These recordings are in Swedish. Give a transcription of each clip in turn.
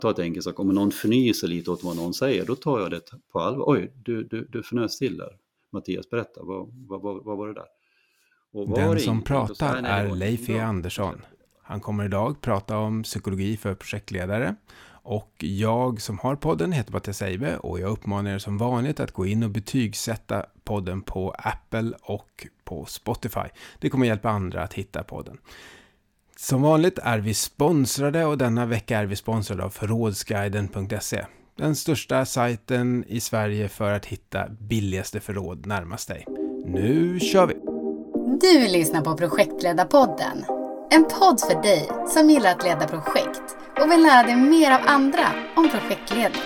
ta ett enkelt sak. Om någon förnyser lite åt vad någon säger, då tar jag det på allvar. Oj, du förnös till där. Mattias, berätta, vad var det där? Och Den som pratar är Leif E. Andersson. Han kommer idag prata om psykologi för projektledare. Och jag som har podden heter Mattias Eibe och jag uppmanar er som vanligt att gå in och betygsätta podden på Apple och på Spotify. Det kommer hjälpa andra att hitta podden. Som vanligt är vi sponsrade och denna vecka är vi sponsrade av förrådsguiden.se. Den största sajten i Sverige för att hitta billigaste förråd närmast dig. Nu kör vi! Du lyssnar på Projektledarpodden. En podd för dig som gillar att leda projekt och vill lära dig mer av andra om projektledning.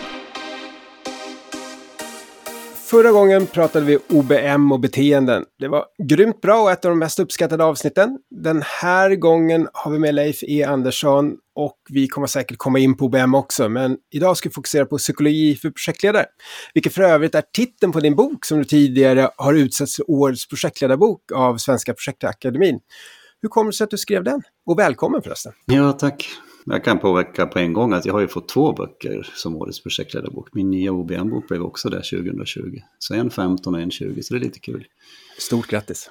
Förra gången pratade vi OBM och beteenden. Det var grymt bra och ett av de mest uppskattade avsnitten. Den här gången har vi med Leif E. Andersson och vi kommer säkert komma in på OBM också. Men idag ska vi fokusera på psykologi för projektledare. Vilket för övrigt är titeln på din bok som du tidigare har utsetts till årets projektledarbok av Svenska Projektakademin. Hur kommer det sig att du skrev den? Och välkommen förresten. Ja, tack. Jag kan påverka på en gång att jag har ju fått 2 böcker som årets projektledarbok. Min nya OBM-bok blev också där 2020. Så en 15 och en 20, så det är lite kul. Stort grattis.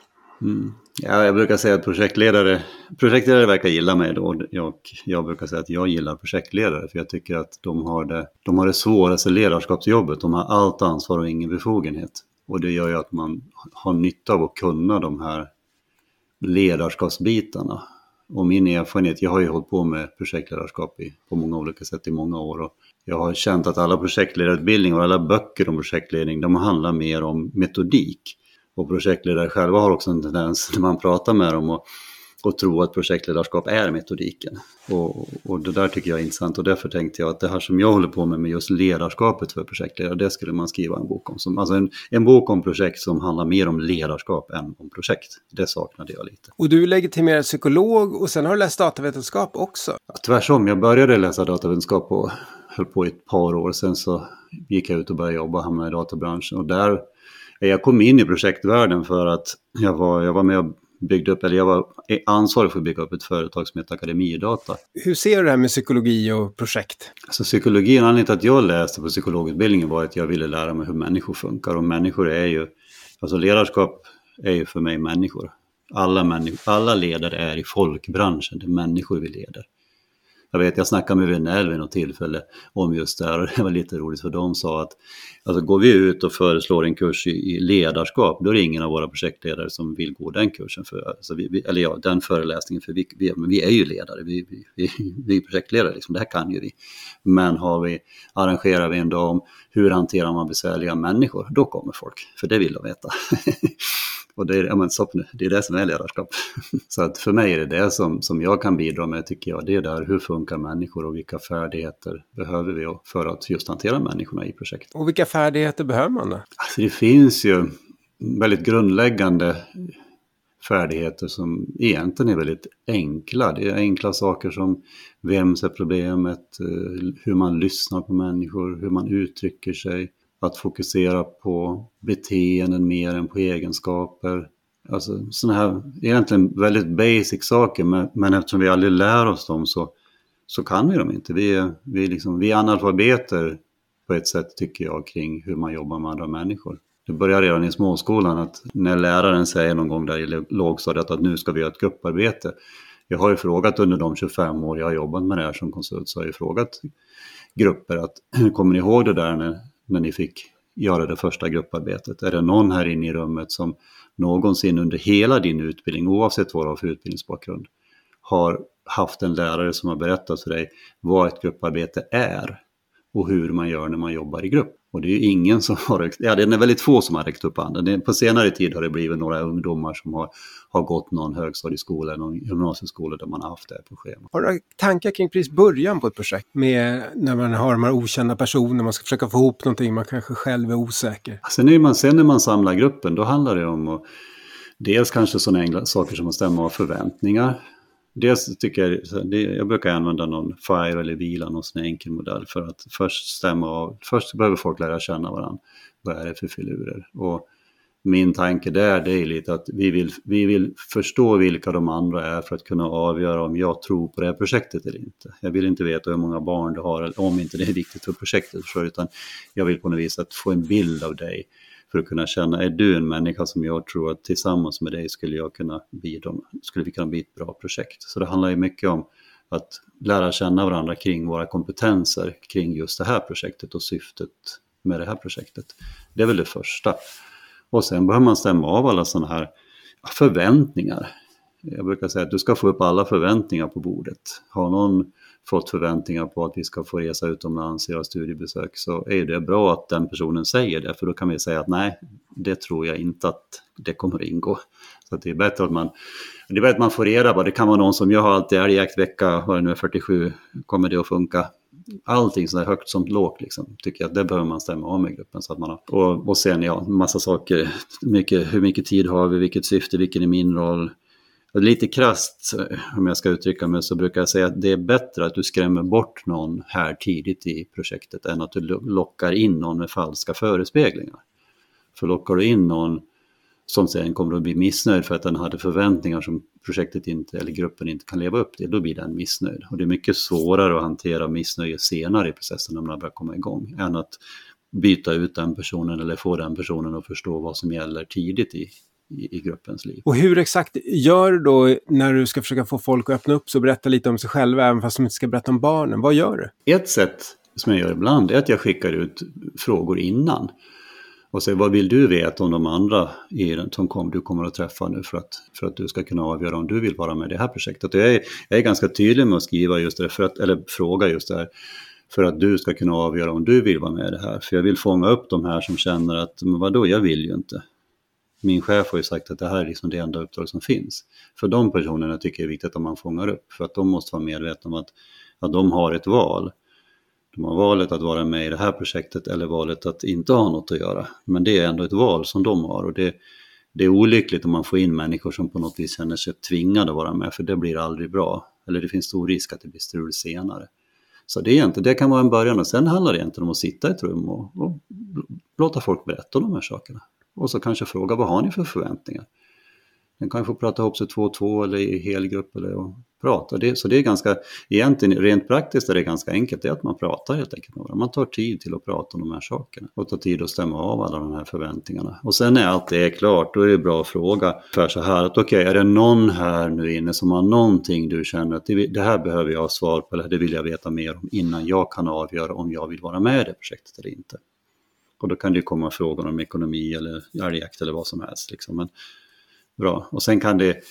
Ja, jag brukar säga att projektledare verkar gilla mig då. Jag brukar säga att jag gillar projektledare för jag tycker att de har det svåraste ledarskapsjobbet. De har allt ansvar och ingen befogenhet. Och det gör ju att man har nytta av att kunna de här ledarskapsbitarna. Och min erfarenhet, jag har ju hållit på med projektledarskap på många olika sätt i många år. Och jag har känt att alla projektledarutbildningar och alla böcker om projektledning, de handlar mer om metodik. Och projektledare själva har också en tendens när man pratar med dem och tro att projektledarskap är metodiken. Och det där tycker jag är intressant och därför tänkte jag att det här som jag håller på med just ledarskapet för projektledare, det skulle man skriva en bok om. Alltså en bok om projekt som handlar mer om ledarskap än om projekt. Det saknade jag lite. Och du är legitimerad psykolog och sen har du läst datavetenskap också. Ja, tvärtom, jag började läsa datavetenskap och höll på i ett par år. Sen så gick jag ut och började jobba och hamnade i databranschen. Och där jag kom in i projektvärlden för att jag var med och byggde upp, eller jag var ansvarig för att bygga upp ett företag som heter Akademidata. Hur ser du det här med psykologi och projekt? Alltså psykologin, anledningen till att jag läste på psykologutbildningen var att jag ville lära mig hur människor funkar. Och människor är ju, alltså ledarskap är ju för mig människor. Alla ledare är i folkbranschen, det är människor vi leder. Jag snackade med vänner vid något tillfälle om just det här och det var lite roligt för de sa att alltså går vi ut och föreslår en kurs i ledarskap, då är det ingen av våra projektledare som vill gå den kursen för, alltså den föreläsningen, för vi är ju ledare, vi är projektledare, liksom, det här kan ju vi. Men arrangerar vi en dag om hur hanterar man besvärliga människor, då kommer folk, för det vill de veta. Och det är det som är ledarskap. Så att för mig är det som jag kan bidra med, tycker jag. Det är där, hur funkar människor och vilka färdigheter behöver vi för att just hantera människorna i projekt. Och vilka färdigheter behöver man då? Alltså det finns ju väldigt grundläggande färdigheter som egentligen är väldigt enkla. Det är enkla saker som vem är problemet, hur man lyssnar på människor, hur man uttrycker sig. Att fokusera på beteenden mer än på egenskaper. Alltså sådana här egentligen väldigt basic saker. Men eftersom vi aldrig lär oss dem så kan vi dem inte. Vi är analfabeter på ett sätt, tycker jag, kring hur man jobbar med andra människor. Det börjar redan i småskolan att när läraren säger någon gång där i lågstadiet att nu ska vi göra ett grupparbete. Jag har ju frågat under de 25 år jag har jobbat med det här som konsult, så har jag frågat grupper att kommer ni ihåg det där när ni fick göra det första grupparbetet? Är det någon här inne i rummet som någonsin under hela din utbildning, oavsett vad du har för utbildningsbakgrund, har haft en lärare som har berättat för dig vad ett grupparbete är och hur man gör när man jobbar i grupp? Och det är ju ingen som det är väldigt få som har räckt upp handen. På senare tid har det blivit några ungdomar som har gått någon högstadieskola eller någon gymnasieskola där man har haft det på schemat. Har du tankar kring precis början på ett projekt med när man har de här okända personer, man ska försöka få ihop någonting, man kanske själv är osäker? Sen när man samlar gruppen, då handlar det om att dels kanske sådana enkla saker som att stämma av förväntningar. Dels tycker jag brukar använda någon FIRE eller VILA, någon sån enkel modell för att först stämma av. Först behöver folk lära känna varandra. Vad är det för filurer? Och min tanke där, det är lite att vi vill förstå vilka de andra är för att kunna avgöra om jag tror på det här projektet eller inte. Jag vill inte veta hur många barn du har, eller om inte det är viktigt för projektet, utan jag vill på något vis att få en bild av dig för att kunna känna, är du en människa som jag tror att tillsammans med dig skulle vi kunna bli ett bra projekt. Så det handlar ju mycket om att lära känna varandra kring våra kompetenser kring just det här projektet och syftet med det här projektet. Det är väl det första. Och sen behöver man stämma av alla sådana här förväntningar. Jag brukar säga att du ska få upp alla förväntningar på bordet. Har någon fått förväntningar på att vi ska få resa utomlands, göra studiebesök, så är det bra att den personen säger det. För då kan vi säga att nej, det tror jag inte att det kommer att ingå. Så att det är bättre att man får reda på. Det kan vara någon som jag har alltid älgjaktvecka, vad det nu är 47, kommer det att funka? Allting sådär högt som lågt liksom, tycker jag att det behöver man stämma av med gruppen så att man har. Och sen massa saker, hur mycket tid har vi, vilket syfte, vilken är min roll. Och lite krasst, om jag ska uttrycka mig, så brukar jag säga att det är bättre att du skrämmer bort någon här tidigt i projektet än att du lockar in någon med falska förespeglingar. För lockar du in någon som sen kommer att bli missnöjd för att den hade förväntningar som projektet inte eller gruppen inte kan leva upp till, då blir den missnöjd. Och det är mycket svårare att hantera missnöje senare i processen när man börjar komma igång än att byta ut den personen eller få den personen att förstå vad som gäller tidigt i gruppens liv. Och hur exakt gör du då när du ska försöka få folk att öppna upp sig och berätta lite om sig själva även fast de inte ska berätta om barnen? Vad gör du? Ett sätt som jag gör ibland är att jag skickar ut frågor innan. Och säger, vad vill du veta om de andra som du kommer att träffa nu för att du ska kunna avgöra om du vill vara med i det här projektet. Och jag är ganska tydlig med att skriva just det, fråga just det här, för att du ska kunna avgöra om du vill vara med i det här. För jag vill fånga upp de här som känner att, men vadå, jag vill ju inte. Min chef har ju sagt att det här är liksom det enda uppdrag som finns. För de personerna tycker jag är viktigt att man fångar upp. För att de måste vara medvetna om att de har ett val. De har valet att vara med i det här projektet eller valet att inte ha något att göra. Men det är ändå ett val som de har. Och det är olyckligt om man får in människor som på något vis känner sig tvingade att vara med. För det blir aldrig bra. Eller det finns stor risk att det blir strul senare. Så det kan vara en början. Och sen handlar det egentligen om att sitta i ett rum och låta folk berätta om de här sakerna. Och så kanske fråga, vad har ni för förväntningar? Den kan få prata ihop sig 2-2 eller i helgrupp och prata. Så det är ganska, egentligen rent praktiskt är det ganska enkelt. Det är att man pratar helt enkelt med varandra. Man tar tid till att prata om de här sakerna. Och tar tid att stämma av alla de här förväntningarna. Och sen när allt det är klart, då är det bra att fråga för så här att okej, är det någon här nu inne som har någonting du känner att det här behöver jag ha svar på eller det vill jag veta mer om innan jag kan avgöra om jag vill vara med i det projektet eller inte. Och då kan det komma frågor om ekonomi eller älgjakt eller vad som helst. Liksom. Men bra. Och sen kan det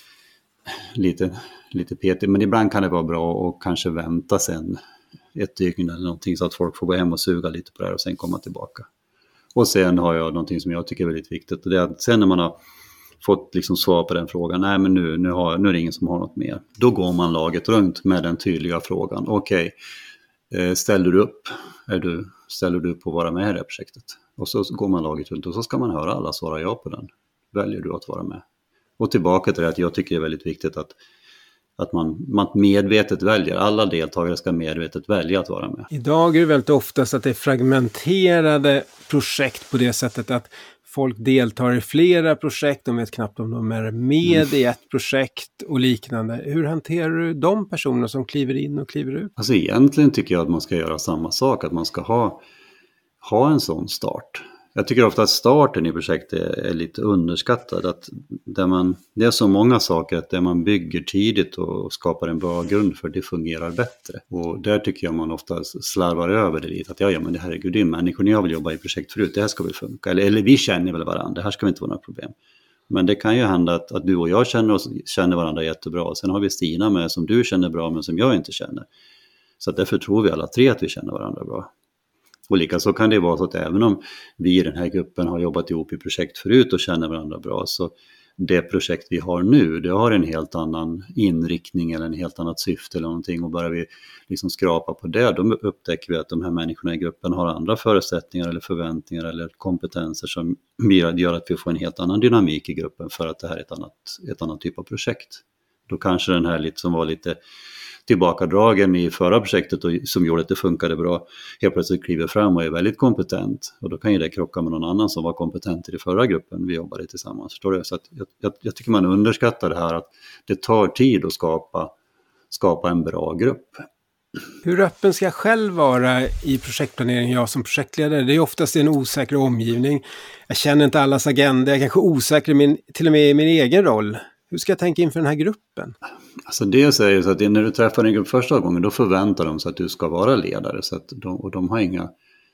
lite petigt, men ibland kan det vara bra att kanske vänta sen ett dygn eller någonting så att folk får gå hem och suga lite på det här och sen komma tillbaka. Och sen har jag någonting som jag tycker är väldigt viktigt och det är att sen när man har fått liksom svar på den frågan, nej men nu är det ingen som har något mer. Då går man laget runt med den tydliga frågan. Okej, ställer du upp? Ställer du upp på att vara med i det här projektet? Och så går man laget runt och så ska man höra alla svara ja på den. Väljer du att vara med? Och tillbaka till det att jag tycker det är väldigt viktigt att man medvetet väljer. Alla deltagare ska medvetet välja att vara med. Idag är det väldigt oftast att det är fragmenterade projekt på det sättet att folk deltar i flera projekt. De vet knappt om de är med i ett projekt och liknande. Hur hanterar du de personer som kliver in och kliver ut? Alltså egentligen tycker jag att man ska göra samma sak. Att man ska ha en sån start. Jag tycker ofta att starten i projektet är lite underskattad. Att det är så många saker att det man bygger tidigt och skapar en bra grund för det fungerar bättre. Och där tycker jag man ofta slarvar över det lite. Att men det här är gud, det är människor, jag vill jobba i projekt förut, det här ska väl funka. Eller vi känner väl varandra, det här ska väl inte vara några problem. Men det kan ju hända att du och jag känner varandra jättebra. Sen har vi Stina med som du känner bra men som jag inte känner. Så att därför tror vi alla tre att vi känner varandra bra. Och likaså kan det vara så att även om vi i den här gruppen har jobbat ihop i projekt förut och känner varandra bra, så det projekt vi har nu, det har en helt annan inriktning eller en helt annat syfte eller någonting, och börjar vi liksom skrapa på det, då upptäcker vi att de här människorna i gruppen har andra förutsättningar eller förväntningar eller kompetenser som gör att vi får en helt annan dynamik i gruppen för att det här är ett annat typ av projekt. Då kanske den här som var lite tillbakadragen i förra projektet och som gjorde att det funkade bra, helt plötsligt kliver fram och är väldigt kompetent. Och då kan ju det krocka med någon annan som var kompetent i den förra gruppen vi jobbade tillsammans. Förstår du? Så att jag tycker man underskattar det här att det tar tid att skapa en bra grupp. Hur öppen ska jag själv vara i projektplanering, jag som projektledare? Det är oftast en osäker omgivning. Jag känner inte allas agenda, jag är kanske osäker till och med i min egen roll. Hur ska jag tänka inför den här gruppen? Alltså det säger så att när du träffar en grupp första gången, då förväntar de sig att du ska vara ledare. Så att de har inga...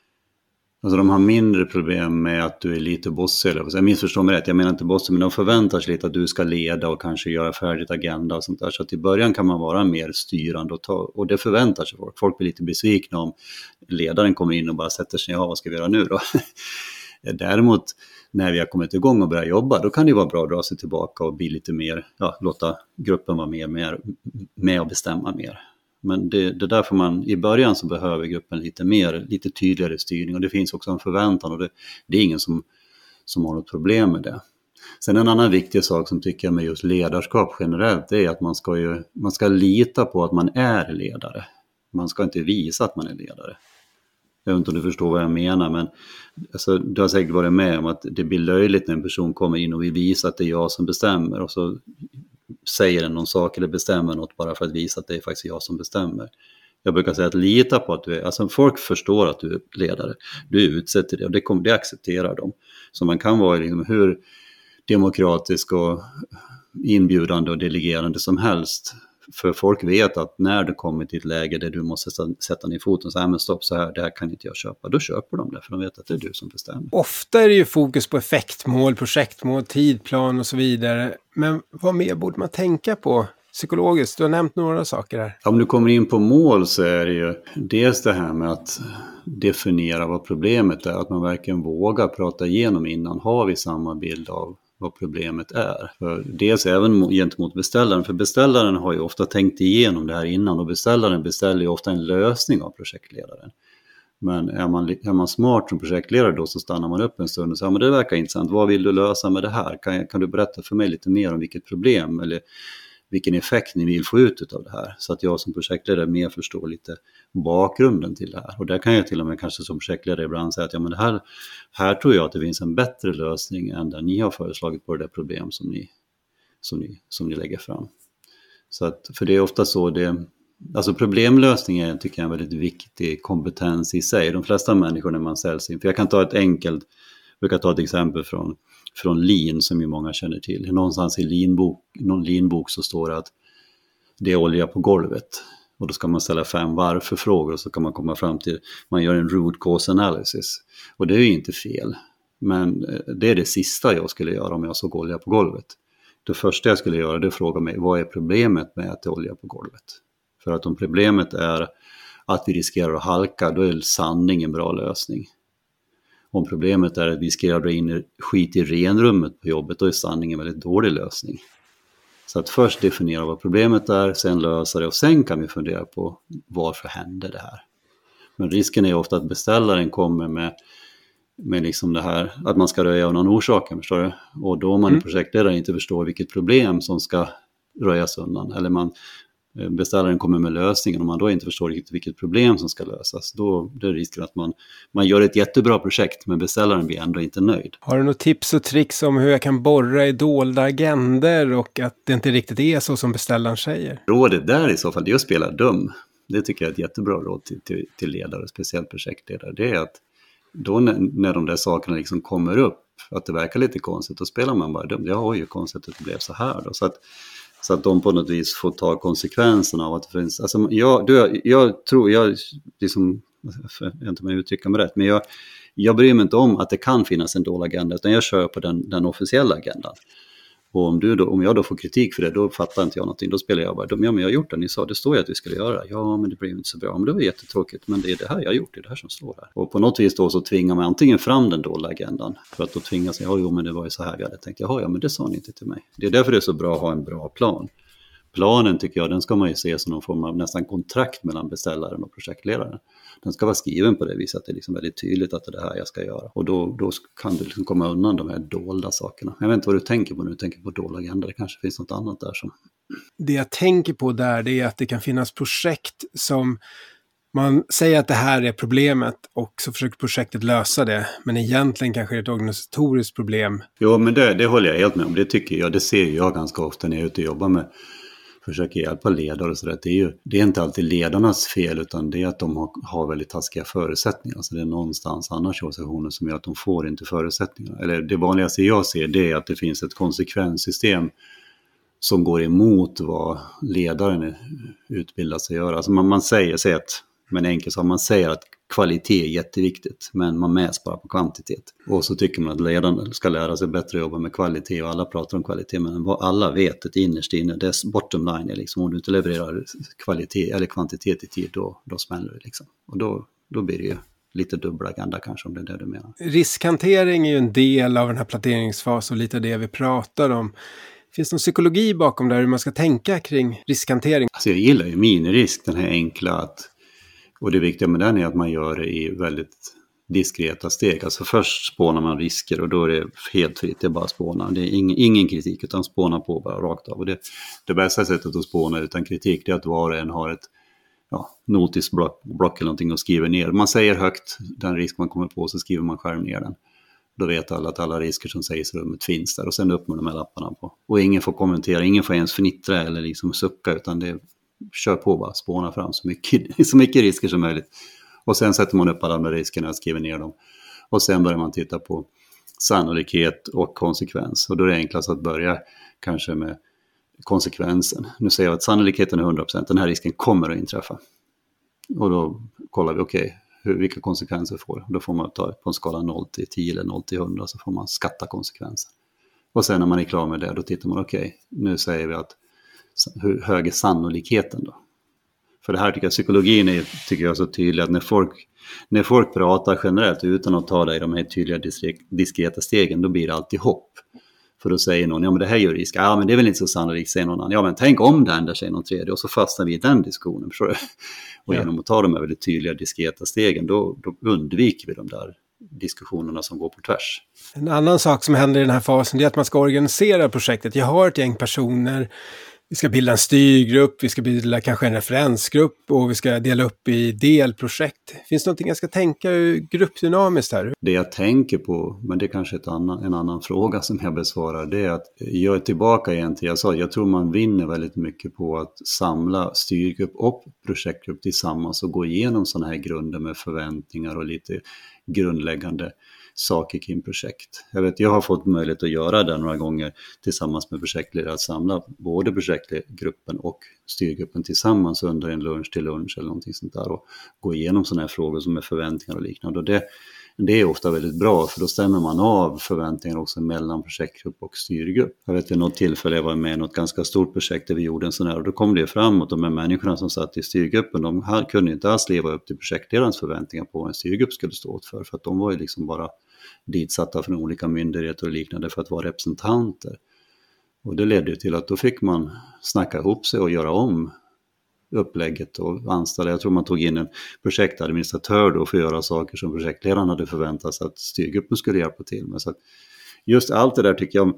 Alltså de har mindre problem med att du är lite bossig. Jag missförstår mig rätt, jag menar inte bossig, men de förväntar sig lite att du ska leda och kanske göra färdigt agenda och sånt där. Så att i början kan man vara mer styrande och det förväntar sig folk. Folk blir lite besvikna om ledaren kommer in och bara sätter sig, ja vad ska vi göra nu då? Däremot när vi har kommit igång och börjat jobba, då kan det vara bra att dra sig tillbaka och bli lite mer, låta gruppen vara med och bestämma mer. Men det är därför man i början så behöver gruppen lite tydligare styrning, och det finns också en förväntan, och det är ingen som har något problem med det. Sen en annan viktig sak som tycker jag med just ledarskap generellt, är att man ska lita på att man är ledare. Man ska inte visa att man är ledare. Jag vet inte om du förstår vad jag menar, men alltså, du har säkert varit med om att det blir löjligt när en person kommer in och vill visa att det är jag som bestämmer, och så säger den någon sak eller bestämmer något bara för att visa att det är faktiskt jag som bestämmer. Jag brukar säga att lita på att du är, alltså folk förstår att du är ledare, du är utsedd till det, och det accepterar de. Så man kan vara liksom hur demokratisk och inbjudande och delegerande som helst. För folk vet att när du kommer till ett läge där du måste sätta ner foten så här, men stopp, så här, det här kan inte jag köpa. Då köper de det, för de vet att det är du som bestämmer. Ofta är det ju fokus på effektmål, projektmål, tidplan och så vidare. Men vad mer borde man tänka på psykologiskt? Du har nämnt några saker här. Om du kommer in på mål så är det ju dels det här med att definiera vad problemet är. Att man verkligen vågar prata igenom innan. Har vi samma bild av vad problemet är? För dels även gentemot beställaren. För beställaren har ju ofta tänkt igenom det här innan. Och beställaren beställer ju ofta en lösning av projektledaren. Men är man smart som projektledare då, så stannar man upp en stund och säger, men det verkar intressant. Vad vill du lösa med det här? Kan du berätta för mig lite mer om vilket problem eller vilken effekt ni vill få ut av det här? Så att jag som projektledare mer förstår lite bakgrunden till det här. Och där kan jag till och med kanske som projektledare ibland säga att ja, men det här tror jag att det finns en bättre lösning än den ni har föreslagit på det problem som ni lägger fram. Så att, för det är ofta så alltså problemlösning är, tycker jag, en väldigt viktig kompetens i sig. De flesta människor när man säljs in, för jag kan ta ett exempel från Lean som ju många känner till. Någonstans i någon Lean-bok så står det att det är olja på golvet. Och då ska man ställa 5 varför-frågor och så kan man komma fram till, man gör en root cause analysis. Och det är ju inte fel. Men det är det sista jag skulle göra om jag såg olja på golvet. Det första jag skulle göra, det är att fråga mig, vad är problemet med att det är olja på golvet? För att om problemet är att vi riskerar att halka, då är sanning en bra lösning. Om problemet är att vi riskerar att dra in skit i renrummet på jobbet, då är sanning en väldigt dålig lösning. Så att först definiera vad problemet är, sen lösa det, och sen kan vi fundera på varför hände det här. Men risken är ofta att beställaren kommer med liksom det här, att man ska röja av någon orsaken, förstår du? Och då man i projektledare inte förstår vilket problem som ska röjas undan, eller beställaren kommer med lösningen och man då inte förstår riktigt vilket problem som ska lösas, då är det risken att man gör ett jättebra projekt men beställaren blir ändå inte nöjd. Har du några tips och tricks om hur jag kan borra i dolda agender och att det inte riktigt är så som beställaren säger? Rådet där i så fall, det är att spela dum. Det tycker jag är ett jättebra råd till ledare, speciellt projektledare. Det är att då när de där sakerna liksom kommer upp, att det verkar lite konstigt, då spelar man bara dum. Jag har ju konstigt att det blev så här då. Så att de på något vis får ta konsekvenserna av att det finns. Alltså jag tror, jag liksom, jag vet inte om jag uttrycker mig rätt, men jag bryr mig inte om att det kan finnas en dold agenda, utan jag kör på den officiella agendan. Och om jag då får kritik för det, då fattar inte jag någonting. Då spelar jag bara, ja men jag har gjort det, ni sa, det står ju att vi skulle göra. Ja men det blir inte så bra, men det var jättetråkigt. Men det är det här jag har gjort, det är det här som står här. Och på något vis då så tvingar man antingen fram den dolda agendan. För att då tvingas jag, men det var ju så här vi hade tänkt. Ja men det sa ni inte till mig. Det är därför det är så bra att ha en bra plan. projektplanen tycker jag, den ska man ju se som någon form av nästan kontrakt mellan beställaren och projektledaren. Den ska vara skriven på det viset att det är liksom väldigt tydligt att det är det här jag ska göra. Och då kan du liksom komma undan de här dolda sakerna. Jag vet inte vad du tänker på när du tänker på dold agenda. Det kanske finns något annat där som... Det jag tänker på där, det är att det kan finnas projekt som man säger att det här är problemet och så försöker projektet lösa det. Men egentligen kanske det är ett organisatoriskt problem. Jo, men det håller jag helt med om. Det tycker jag, det ser jag ganska ofta när jag är ute och jobbar med, försöker hjälpa ledare och sådär. Det är inte alltid ledarnas fel, utan det är att de har väldigt taskiga förutsättningar. Alltså det är någonstans annars i organisationen som gör att de får inte förutsättningar. Eller det vanligaste jag ser, det är att det finns ett konsekvenssystem som går emot vad ledaren utbildar sig att göra. Alltså man säger att, men enkelt så man säger att kvalitet är jätteviktigt, men man mäts bara på kvantitet. Och så tycker man att ledaren ska lära sig bättre att jobba med kvalitet, och alla pratar om kvalitet, men vad alla vet att innerst inne, dess bottom line är liksom, om du inte levererar kvalitet eller kvantitet i tid, då smäller det liksom. Och då blir det ju lite dubbel agenda kanske, om det är det du menar. Riskhantering är ju en del av den här planeringsfasen och lite det vi pratar om. Finns det någon psykologi bakom där hur man ska tänka kring riskhantering? Alltså jag gillar ju minirisk, den här enkla och det viktiga med den är att man gör det i väldigt diskreta steg. Alltså först spånar man risker och då är det helt fritt, det är bara spåna. Det är ingen kritik utan spåna på bara rakt av. Och det bästa sättet att spåna utan kritik, det är att var och en har ett notisblock eller någonting och skriver ner. Man säger högt den risk man kommer på, så skriver man själv ner den. Då vet alla att alla risker som sägs i rummet finns där, och sen upp med de här lapparna på. Och ingen får kommentera, ingen får ens fnittra eller liksom sucka, utan det kör på bara, spåna fram så mycket risker som möjligt. Och sen sätter man upp alla de riskerna och skriver ner dem. Och sen börjar man titta på sannolikhet och konsekvens. Och då är det enklast att börja kanske med konsekvensen. Nu säger jag att sannolikheten är 100%, den här risken kommer att inträffa. Och då kollar vi, vilka konsekvenser får. Då får man ta på en skala 0 till 10 eller 0 till 100, så får man skatta konsekvenser. Och sen när man är klar med det, då tittar man, nu säger vi att hur hög är sannolikheten då? För det här psykologin tycker jag är så tydlig, att när folk pratar generellt utan att ta det i de här tydliga diskreta stegen, då blir det alltid hopp. För då säger någon, men det här är ju risk. Men det är väl inte så sannolikt, säger någon annan. Men tänk om det ändrar sig någon tredje, och så fastnar vi i den diskussionen. Förstår du? Och genom att ta de här väldigt tydliga diskreta stegen, då undviker vi de där diskussionerna som går på tvärs. En annan sak som händer i den här fasen är att man ska organisera projektet. Jag har ett gäng personer, vi ska bilda en styrgrupp, vi ska bilda kanske en referensgrupp och vi ska dela upp i delprojekt. Finns det någonting jag ska tänka gruppdynamiskt här? Det jag tänker på, men det är kanske en annan fråga som jag besvarar, det är att jag är tillbaka igen till jag tror man vinner väldigt mycket på att samla styrgrupp och projektgrupp tillsammans och gå igenom sådana här grunder med förväntningar och lite grundläggande saker kring projekt. Jag har fått möjlighet att göra det några gånger tillsammans med projektledare, att samla både projektgruppen och styrgruppen tillsammans under en lunch till lunch eller någonting sånt där, och gå igenom sådana här frågor som är förväntningar och liknande. Och det är ofta väldigt bra, för då stämmer man av förväntningar också mellan projektgrupp och styrgrupp. Jag vet i något tillfälle jag var med i något ganska stort projekt där vi gjorde en sån här, och då kom det framåt, de här människorna som satt i styrgruppen, de kunde inte alls leva upp till projektledarens förväntningar på vad en styrgrupp skulle stå åt för att de var ju liksom bara ditsatta från olika myndigheter och liknande för att vara representanter. Och det ledde till att då fick man snacka ihop sig och göra om upplägget och anställa. Jag tror man tog in en projektadministratör då för att göra saker som projektledaren hade förväntat sig att styrgruppen skulle hjälpa till med. Så att just allt det där tycker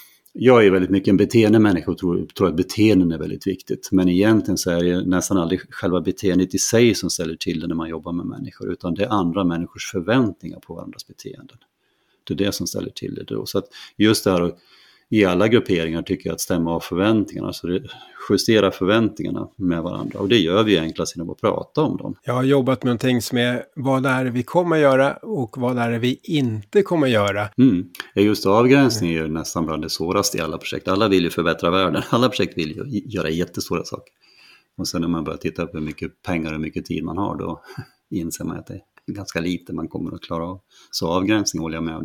jag är väldigt mycket en beteendemänniska och tror att beteenden är väldigt viktigt. Men egentligen så är det nästan aldrig själva beteendet i sig som ställer till det när man jobbar med människor, utan det är andra människors förväntningar på varandras beteenden. Det är det som ställer till det då. Så att just det här i alla grupperingar tycker jag att stämma av förväntningarna, så justera förväntningarna med varandra. Och det gör vi enklast genom att prata om dem. Jag har jobbat med någonting som är vad är det vi kommer att göra och vad är det vi inte kommer att göra. Just avgränsning är ju nästan bland det svåraste i alla projekt. Alla vill ju förbättra världen. Alla projekt vill ju göra jättestora saker. Och sen när man börjar titta på hur mycket pengar och hur mycket tid man har, då inser man att det är ganska lite man kommer att klara av. Så avgränsning håller jag med om,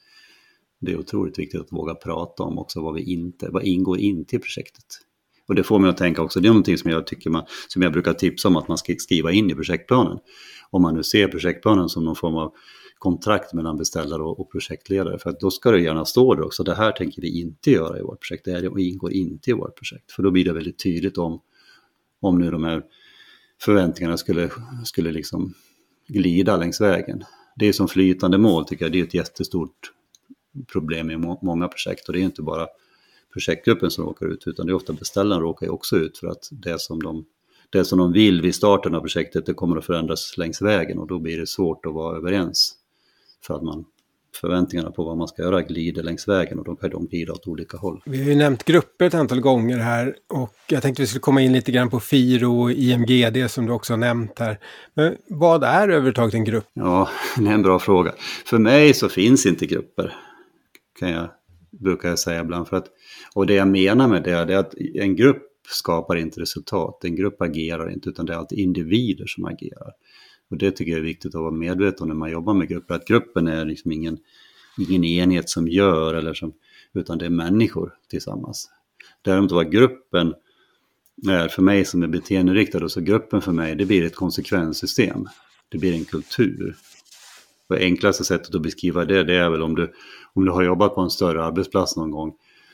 det är otroligt viktigt att våga prata om också vad ingår inte i projektet. Och det får mig att tänka också, det är någonting som jag brukar tipsa om att man ska skriva in i projektplanen. Om man nu ser projektplanen som någon form av kontrakt mellan beställare och projektledare. För att då ska det gärna stå där också, det här tänker vi inte göra i vårt projekt, det här ingår inte i vårt projekt. För då blir det väldigt tydligt om nu de här förväntningarna skulle liksom glida längs vägen. Det är som flytande mål tycker jag, det är ett jättestort problem i många projekt. Och det är inte bara projektgruppen som råkar ut, utan det är ofta beställaren råkar ju också ut för att det som de vill vid starten av projektet, det kommer att förändras längs vägen och då blir det svårt att vara överens för att förväntningarna på vad man ska göra glider längs vägen och då kan de glida åt olika håll. Vi har ju nämnt grupper ett antal gånger här och jag tänkte vi skulle komma in lite grann på FIRO och IMGD som du också har nämnt här. Men vad är överhuvudtaget en grupp? Ja, det är en bra fråga. För mig så finns inte grupper, brukar jag säga ibland. Och det jag menar med det är att en grupp skapar inte resultat. En grupp agerar inte, utan det är alltid individer som agerar. Och det tycker jag är viktigt att vara medveten om när man jobbar med grupper. Att gruppen är liksom ingen enhet som gör, utan det är människor tillsammans. Däremot vad gruppen är för mig som är beteenderiktad, och så gruppen för mig, det blir ett konsekvenssystem. Det blir en kultur. Det enklaste sättet att beskriva det är väl om du har jobbat på en större arbetsplats någon gång,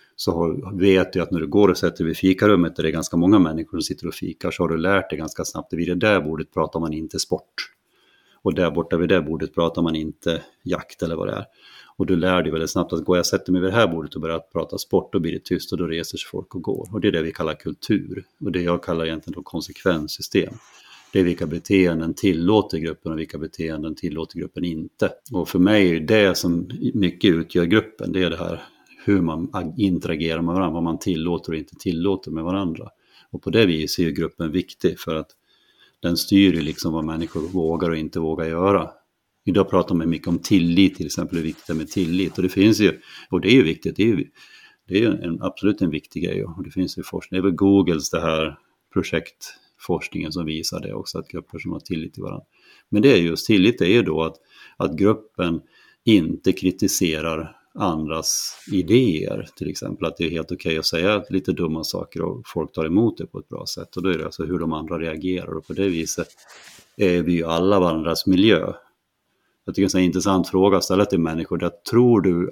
så vet du att när du går och sätter vid fikarummet där det är ganska många människor som sitter och fikar, så har du lärt dig ganska snabbt att vid det där bordet pratar man inte sport. Och där borta vid det bordet pratar man inte jakt eller vad det är. Och du lär dig väldigt snabbt att går jag sätter mig vid det här bordet och börjar prata sport, då blir det tyst och då reser sig folk och går. Och det är det vi kallar kultur. Och det jag kallar egentligen då konsekvenssystem. Det är vilka beteenden tillåter gruppen och vilka beteenden tillåter gruppen inte. Och för mig är det som mycket utgör gruppen, det är det här hur man interagerar med varandra, vad man tillåter och inte tillåter med varandra. Och på det viset är ju gruppen viktig för att den styr ju liksom vad människor vågar och inte vågar göra. Idag pratar man mycket om tillit till exempel, hur viktigt det är med tillit. Och det finns ju, och det är ju viktigt, det är ju absolut en viktig grej. Och det finns ju forskning, det är väl Googles det här projektforskningen som visar det också, att grupper som har tillit till varandra. Men det är just tillit, det är ju då att gruppen inte kritiserar andras idéer, till exempel att det är helt okej att säga lite dumma saker och folk tar emot det på ett bra sätt, och då är det alltså hur de andra reagerar, och på det viset är vi ju alla varandras miljö. Jag tycker det är en intressant fråga att ställa till människor, där tror du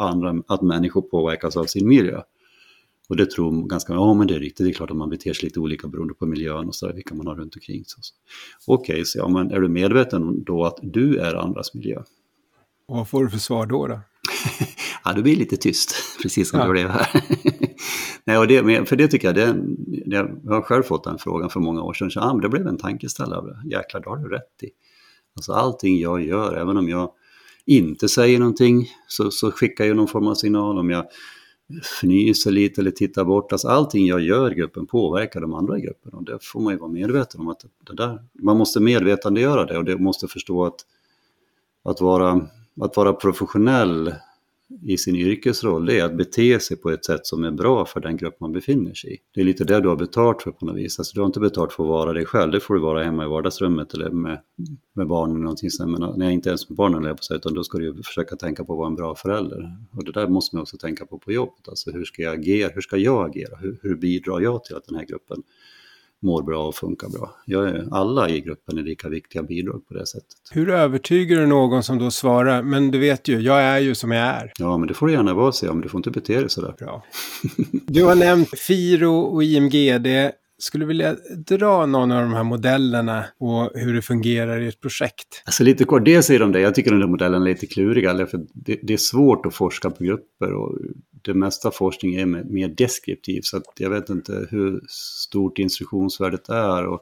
att människor påverkas av sin miljö? Och det tror ganska men det är riktigt, det är klart att man beter sig lite olika beroende på miljön och sådär, vilka man har runt omkring sig. Okej, så ja, men är du medveten då att du är andras miljö? Och vad får du för svar då? Ja, det blir lite tyst, precis som det blev här. Nej, och för det tycker jag har själv fått den frågan för många år sedan. Så, det blev en tankeställare. Jäklar, det har du rätt i. Alltså allting jag gör, även om jag inte säger någonting, så skickar jag någon form av signal. Om jag fnyser lite eller tittar bort. Alltså allting jag gör i gruppen påverkar de andra i gruppen. Och det får man ju vara medveten om. Att det där, man måste medvetandegöra det, och det måste förstå att vara professionell i sin yrkesroll, det är att bete sig på ett sätt som är bra för den grupp man befinner sig i. Det är lite det du har betalt för på något vis. Alltså du har inte betalt för att vara dig själv, det får du vara hemma i vardagsrummet eller med barnen eller någonting. Men när jag inte ens med barnen lever på sig, utan då ska du ju försöka tänka på att vara en bra förälder. Och det där måste man också tänka på jobbet. Alltså hur ska jag agera? Hur bidrar jag till att den här gruppen mår bra och funkar bra? Alla i gruppen är lika viktiga bidrag på det sättet. Hur övertygar du någon som då svarar, men du vet ju, jag är ju som jag är? Ja, men det får du gärna vara, men du får inte bete dig sådär. Bra. Du har nämnt FIRO och IMGD. Skulle du vilja dra någon av de här modellerna och hur det fungerar i ett projekt? Alltså lite kort, det säger de det. Jag tycker den där modellen är lite kluriga. För det är svårt att forska på grupper, och det mesta forskning är mer deskriptiv. Så att jag vet inte hur stort instruktionsvärdet är.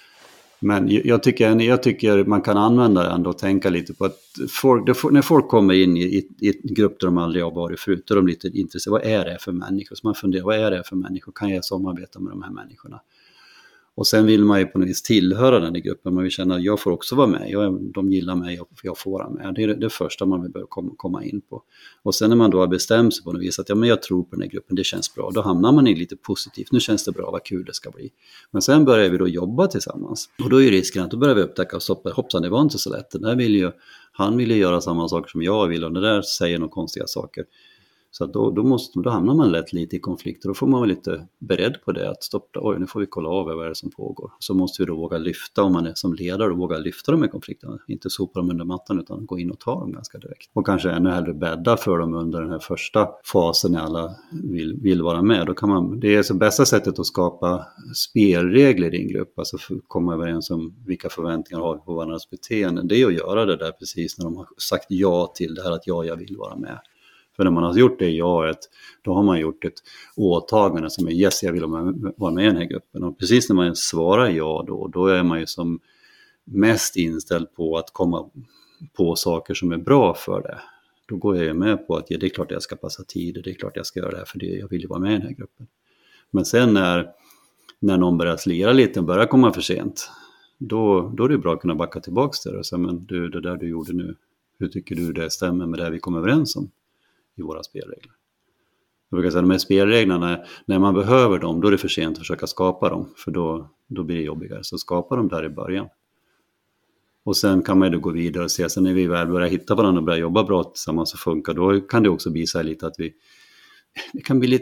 Men jag tycker man kan använda det ändå och tänka lite på att när folk kommer in i en grupp där de aldrig har varit förut, då är de lite intresserade. Vad är det för människor? Så man funderar, vad är det för människor? Kan jag samarbeta med de här människorna? Och sen vill man ju på något vis tillhöra den i gruppen. Man vill känna att jag får också vara med. De gillar mig och jag får vara med. Det är det första man vill börja komma in på. Och sen när man då har bestämt sig på något vis att jag tror på den här gruppen, det känns bra. Då hamnar man i lite positivt. Nu känns det bra, vad kul det ska bli. Men sen börjar vi då jobba tillsammans. Och då är ju risken att då börjar vi upptäcka och stoppa. Hoppsan, det var inte så lätt. Han vill ju göra samma saker som jag vill, och det där säger några konstiga saker. Så att då hamnar man lätt lite i konflikter. Då får man vara lite beredd på det. Att stoppa, nu får vi kolla av vad är det som pågår. Så måste vi då våga lyfta, om man är som ledare, och våga lyfta de här konflikterna. Inte sopa dem under mattan utan gå in och ta dem ganska direkt. Och kanske ännu hellre bädda för dem under den här första fasen när alla vill vara med. Då kan man, det är så bästa sättet att skapa spelregler i en grupp. Alltså komma överens om vilka förväntningar har vi på varandras beteende. Det är att göra det där precis när de har sagt ja till det här att jag vill vara med. För när man har gjort det jaet, då har man gjort ett åtagande som är yes, jag vill vara med i den här gruppen. Och precis när man svarar ja då är man ju som mest inställd på att komma på saker som är bra för det. Då går jag med på att det är klart jag ska passa tid, det är klart jag ska göra det här för jag vill ju vara med i den här gruppen. Men sen när någon börjar slira lite och börjar komma för sent, då är det bra att kunna backa tillbaka till det och säga, men du, det där du gjorde nu, hur tycker du det stämmer med det vi kom överens om i våra spelregler? Jag brukar säga de här spelreglerna, när man behöver dem, då är det för sent att försöka skapa dem, för då blir det jobbigare. Så skapa dem där i början. Och sen kan man ju då gå vidare och se, sen när vi väl börjar hitta varandra och börjar jobba bra tillsammans och funka, då kan det också bli så här lite att det kan bli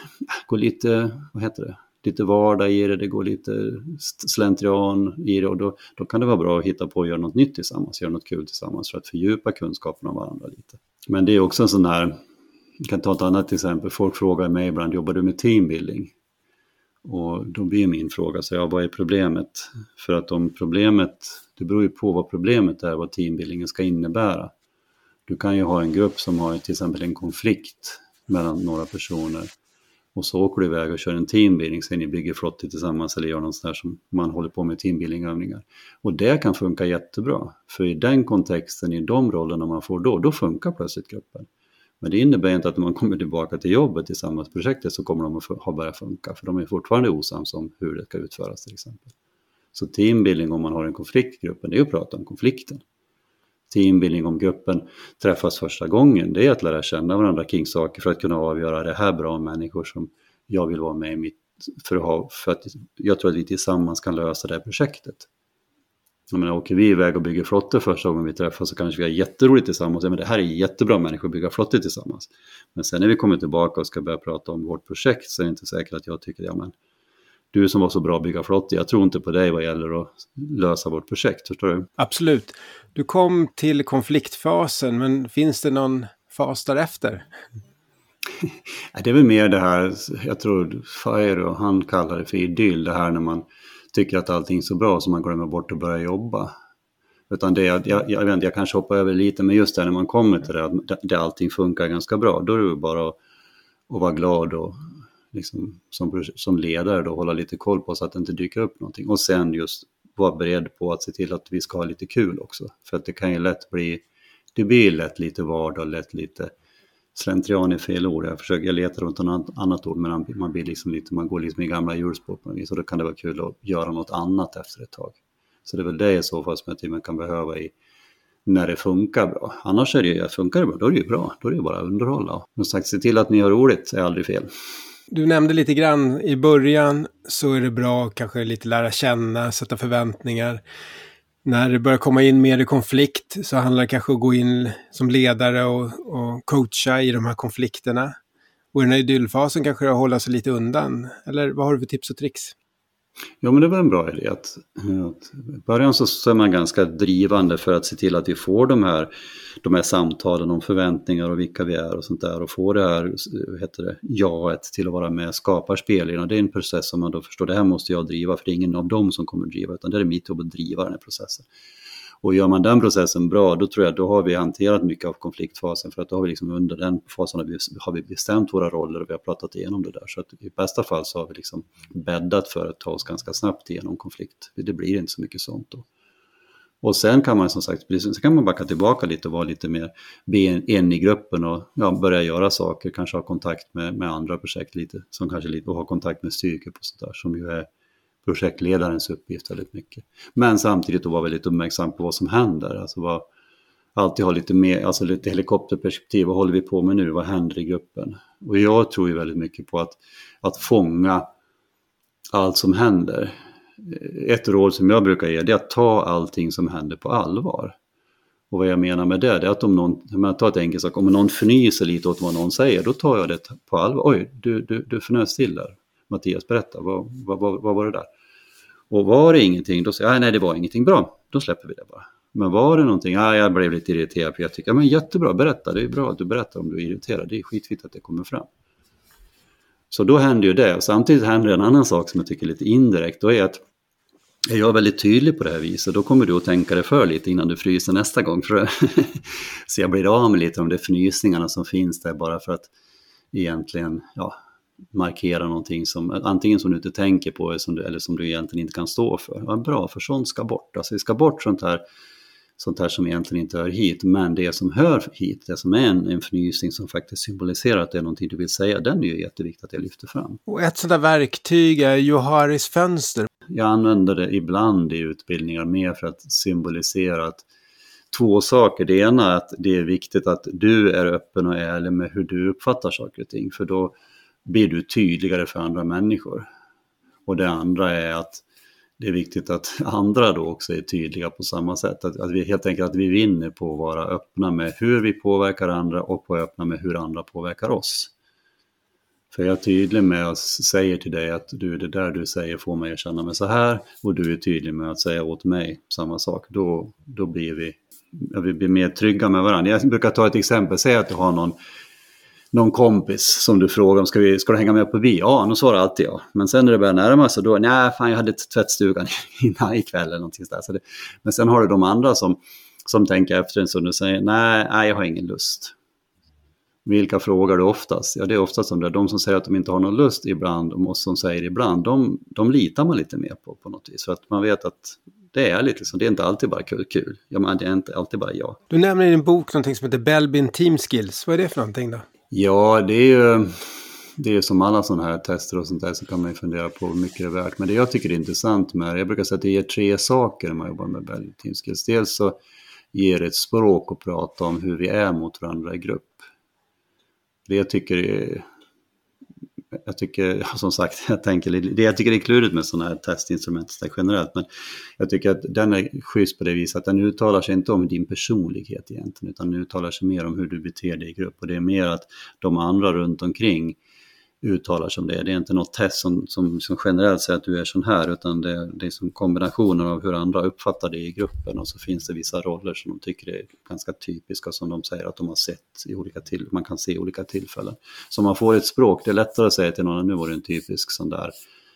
lite vardag i det går lite slentrian i det, och då kan det vara bra att hitta på att göra något nytt tillsammans, göra något kul tillsammans för att fördjupa kunskapen om varandra lite. Men det är också en sån här, jag kan ta ett annat exempel, folk frågar mig ibland, jobbar du med teambuilding? Och då blir min fråga, så vad är problemet? För att om problemet, det beror ju på vad problemet är, vad teambuildingen ska innebära. Du kan ju ha en grupp som har till exempel en konflikt mellan några personer, och så åker du iväg och kör en teambuilding, sen ni bygger flottor tillsammans eller gör något sånt där som man håller på med teambuildingövningar. Och det kan funka jättebra, för i den kontexten, i de rollerna man får då funkar plötsligt gruppen. Men det innebär inte att när man kommer tillbaka till jobbet i samhällsprojektet så kommer de att ha börjat funka, för de är fortfarande osams om hur det ska utföras till exempel. Så teambuilding, om man har en konfliktgruppen, det är att prata om konflikten. Teambuilding, om gruppen träffas första gången, det är att lära känna varandra kring saker för att kunna avgöra, det här bra människor som jag vill vara med i mitt, för att jag tror att vi tillsammans kan lösa det här projektet. Jag menar, åker vi iväg och bygger flottor första gången vi träffas, så kanske vi har jätteroligt tillsammans. Men det här är jättebra människor att bygga flottor tillsammans. Men sen när vi kommer tillbaka och ska börja prata om vårt projekt, så är det inte säkert att jag tycker, men du som var så bra att bygga flottor, jag tror inte på dig vad gäller att lösa vårt projekt, förstår du? Absolut. Du kom till konfliktfasen, men finns det någon fas därefter? Det är väl mer det här, jag tror Fire och han kallar det för idyll, det här när man tycker att allting är så bra så man glömmer bort att börja jobba. Utan det, jag vet inte, jag kanske hoppar över lite, men just det när man kommer till det, där allting funkar ganska bra, då är det bara att vara glad och liksom, som ledare då hålla lite koll på så att det inte dyker upp någonting. Och sen just vara beredd på att se till att vi ska ha lite kul också. För att det kan ju lätt bli, det blir lätt lite vardag, lätt lite slentrian är fel ord. Jag letar runt något annat ord, men man blir liksom lite, man går liksom i gamla hjulspår på något vis, och då kan det vara kul att göra något annat efter ett tag. Så det är väl det i så fall som jag tycker man kan behöva i när det funkar bra. Annars är det ju, funkar det bra, då är det ju bra. Då är det ju bara att underhålla. Men sagt, se till att ni har roligt är aldrig fel. Du nämnde lite grann i början, så är det bra kanske lite lära känna, sätta förväntningar. När det börjar komma in mer i konflikt så handlar det kanske om att gå in som ledare och coacha i de här konflikterna. Och i den här idyllfasen kanske det hålla sig lite undan. Eller vad har du för tips och tricks? Ja, men det var en bra idé att i början så är man ganska drivande för att se till att vi får de här samtalen om förväntningar och vilka vi är och sånt där, och få det här, jaet till att vara med, skapar spelreglerna. Det är en process som man då förstår, det här måste jag driva, för det är ingen av dem som kommer driva, utan det är mitt jobb att driva den här processen. Och gör man den processen bra, då tror jag då har vi hanterat mycket av konfliktfasen, för att då har vi liksom under den fasen har vi bestämt våra roller och vi har pratat igenom det där. Så att i bästa fall så har vi liksom bäddat för att ta oss ganska snabbt igenom konflikt. Det blir inte så mycket sånt då. Och sen kan man som sagt, sen kan man backa tillbaka lite och vara lite mer en i gruppen och börja göra saker, kanske ha kontakt med andra projekt lite, som kanske lite, och ha kontakt med styrkor på sånt där, som ju är projektledarens uppgift väldigt mycket. Men samtidigt att vara väldigt uppmärksam på vad som händer. Alltså alltid ha lite mer, alltså lite helikopterperspektiv. Vad håller vi på med nu? Vad händer i gruppen? Och jag tror ju väldigt mycket på att fånga allt som händer. Ett råd som jag brukar ge är att ta allting som händer på allvar. Och vad jag menar med det är att om jag tar ett enkelt sak, om någon förnyser lite åt vad någon säger, då tar jag det på allvar. Oj, du förnös till där. Mattias, berätta, vad var det där? Och var det ingenting, då säger jag, nej det var ingenting bra, då släpper vi det bara. Men var det någonting, jag blev lite irriterad, för jag tycker, men jättebra, berätta, det är bra att du berättar om du är irriterad, det är skitvitt att det kommer fram. Så då händer ju det, och samtidigt händer en annan sak som jag tycker är lite indirekt, då är att är jag väldigt tydlig på det här viset, då kommer du att tänka dig för lite innan du fryser nästa gång. Så jag blir av med lite av de fnysningarna som finns där, bara för att egentligen markera någonting som antingen som du inte tänker på eller som du egentligen inte kan stå för. Ja, bra, för sånt ska bort. Alltså vi ska bort sånt här som egentligen inte hör hit, men det som hör hit, det som är en fnysning som faktiskt symboliserar att det är någonting du vill säga, den är ju jätteviktigt att jag lyfter fram. Och ett sådant där verktyg är Joharis fönster. Jag använder det ibland i utbildningar mer för att symbolisera att två saker. Det ena är att det är viktigt att du är öppen och ärlig med hur du uppfattar saker och ting, för då blir du tydligare för andra människor. Och det andra är att det är viktigt att andra då också är tydliga på samma sätt. Att vi helt enkelt att vi vinner på att vara öppna med hur vi påverkar andra och på att öppna med hur andra påverkar oss. För jag är tydlig med att säga till dig att du, det där du säger får mig att känna mig så här, och du är tydlig med att säga åt mig samma sak. Då blir vi blir mer trygga med varandra. Jag brukar ta ett exempel, säg att du har någon kompis som du frågar om ska du hänga med på bio? Ja, nu svarar alltid ja. Men sen när det börjar närma sig då, nej fan jag hade tvättstugan innan ikväll eller någonting sådär. Men sen har du de andra som tänker efter en stund och säger nej jag har ingen lust. Vilka frågar du oftast? Ja, det är oftast de som säger att de inte har någon lust ibland och oss som säger ibland, de litar man lite mer på något vis. För att man vet att det är lite så, det är inte alltid bara kul. Ja, men det är inte alltid bara jag. Du nämner i din bok någonting som heter Belbin Team Skills. Vad är det för någonting då? Ja, det är som alla sådana här tester och sånt där, så kan man ju fundera på hur mycket det är värt. Men det jag tycker är intressant med det, jag brukar säga att det ger 3 saker när man jobbar med Belbin Team Skills. Dels så ger det ett språk att prata om hur vi är mot varandra i grupp. Det jag tycker som sagt, det jag tycker är klurigt med sådana här testinstrument generellt, men jag tycker att den är schysst på det viset att den uttalar sig inte om din personlighet egentligen, utan den uttalar sig mer om hur du beter dig i grupp, och det är mer att de andra runt omkring uttalar sig om det. Det är inte något test som generellt säger att du är sån här, utan det är som kombinationen av hur andra uppfattar det i gruppen, och så finns det vissa roller som de tycker är ganska typiska, som de säger att de har sett man kan se i olika tillfällen. Så man får ett språk, det är lättare att säga till någon, nu var det en typisk sån där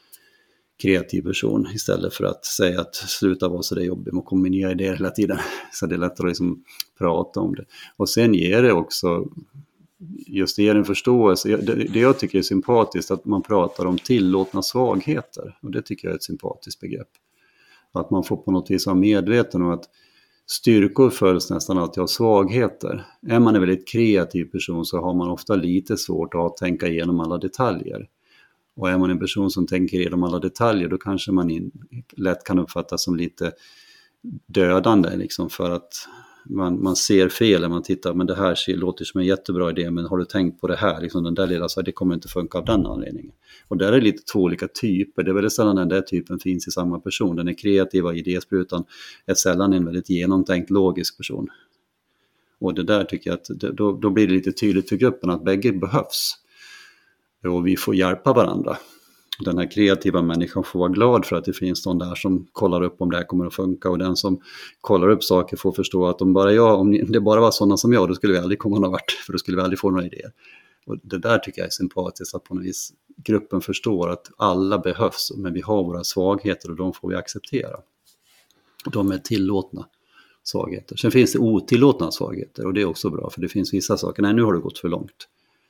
kreativ person, istället för att säga att sluta vara så där jobbig och kombinera idéer hela tiden. Så det är lättare att liksom prata om det. Och sen ger det också just det ger en förståelse. Det jag tycker är sympatiskt, att man pratar om tillåtna svagheter, och det tycker jag är ett sympatiskt begrepp. Att man får på något vis vara medveten om att styrkor följs nästan alltid av svagheter. Är man en väldigt kreativ person så har man ofta lite svårt att tänka igenom alla detaljer. Och är man en person som tänker igenom alla detaljer, då kanske man lätt kan uppfattas som lite dödande, liksom, för att man ser fel när man tittar, men det här låter som en jättebra idé, men har du tänkt på det här, liksom den där lilla, så det kommer inte funka av den anledningen. Och där är lite 2 olika typer. Det är väldigt sällan den där typen finns i samma person. Den är kreativa idésprutan är sällan en väldigt genomtänkt logisk person. Och det där tycker jag att då blir det lite tydligt för gruppen att bägge behövs. Och vi får hjälpa varandra. Den här kreativa människan får vara glad för att det finns någon där som kollar upp om det här kommer att funka, och den som kollar upp saker får förstå att om det bara var sådana som jag, då skulle vi aldrig komma någon vart, för då skulle vi aldrig få några idéer. Och det där tycker jag är sympatiskt, att på något vis gruppen förstår att alla behövs, men vi har våra svagheter och de får vi acceptera. De är tillåtna svagheter. Sen finns det otillåtna svagheter, och det är också bra, för det finns vissa saker, nej nu har det gått för långt.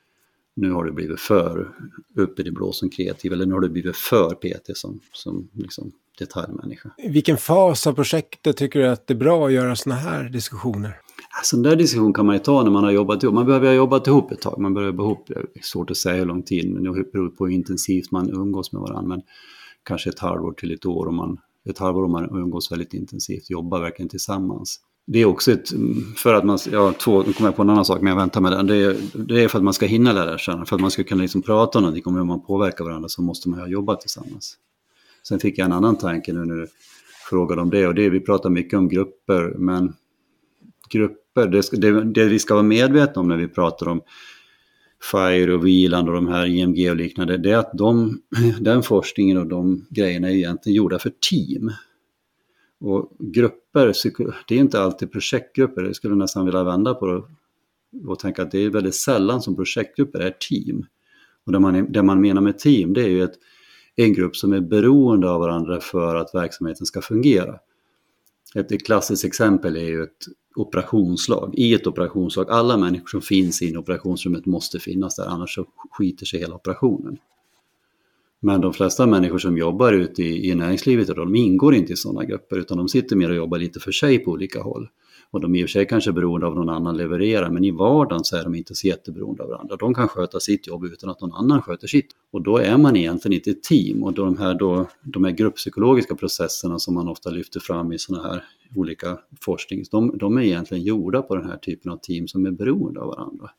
Nu har du blivit för uppe i det blå som kreativ, eller nu har du blivit för PT som liksom detaljmänniska. I vilken fas av projektet tycker du att det är bra att göra såna här diskussioner? Alltså, den där diskussion kan man ju ta när man har jobbat ihop. Man behöver ha jobbat ihop ett tag. Man börjar jobba ihop, det är svårt att säga hur lång tid, men det beror på hur intensivt man umgås med varandra. Men kanske ett halvår till ett år, om man umgås väldigt intensivt, jobbar verkligen tillsammans. Det är också för att man, nu kommer jag på en annan sak, men jag väntar med den. Det är för att man ska hinna lära känna, för att man ska kunna liksom prata om någonting, om hur man påverkar varandra, så måste man ha jobbat tillsammans. Sen fick jag en annan tanke nu när du frågade om det, och det vi pratar mycket om grupper, men grupper, det vi ska vara medvetna om när vi pratar om FIRE och Wieland och de här IMG och liknande, det är att den forskningen och de grejerna är egentligen gjorda för team. Och grupper, det är inte alltid projektgrupper, jag skulle nästan vilja vända på det och tänka att det är väldigt sällan som projektgrupper är team. Och det man menar med team, det är ju en grupp som är beroende av varandra för att verksamheten ska fungera. Ett klassiskt exempel är ju ett operationslag. I ett operationslag, alla människor som finns i operationsrummet måste finnas där, annars så skiter sig hela operationen. Men de flesta människor som jobbar ute i näringslivet, de ingår inte i sådana grupper, utan de sitter mer och jobbar lite för sig på olika håll. Och de är i och för sig kanske beroende av någon annan leverera, men i vardagen så är de inte så jätteberoende av varandra. De kan sköta sitt jobb utan att någon annan sköter sitt. Och då är man egentligen inte ett team. Och de här grupppsykologiska processerna som man ofta lyfter fram i sådana här olika forskning, de är egentligen gjorda på den här typen av team som är beroende av varandra.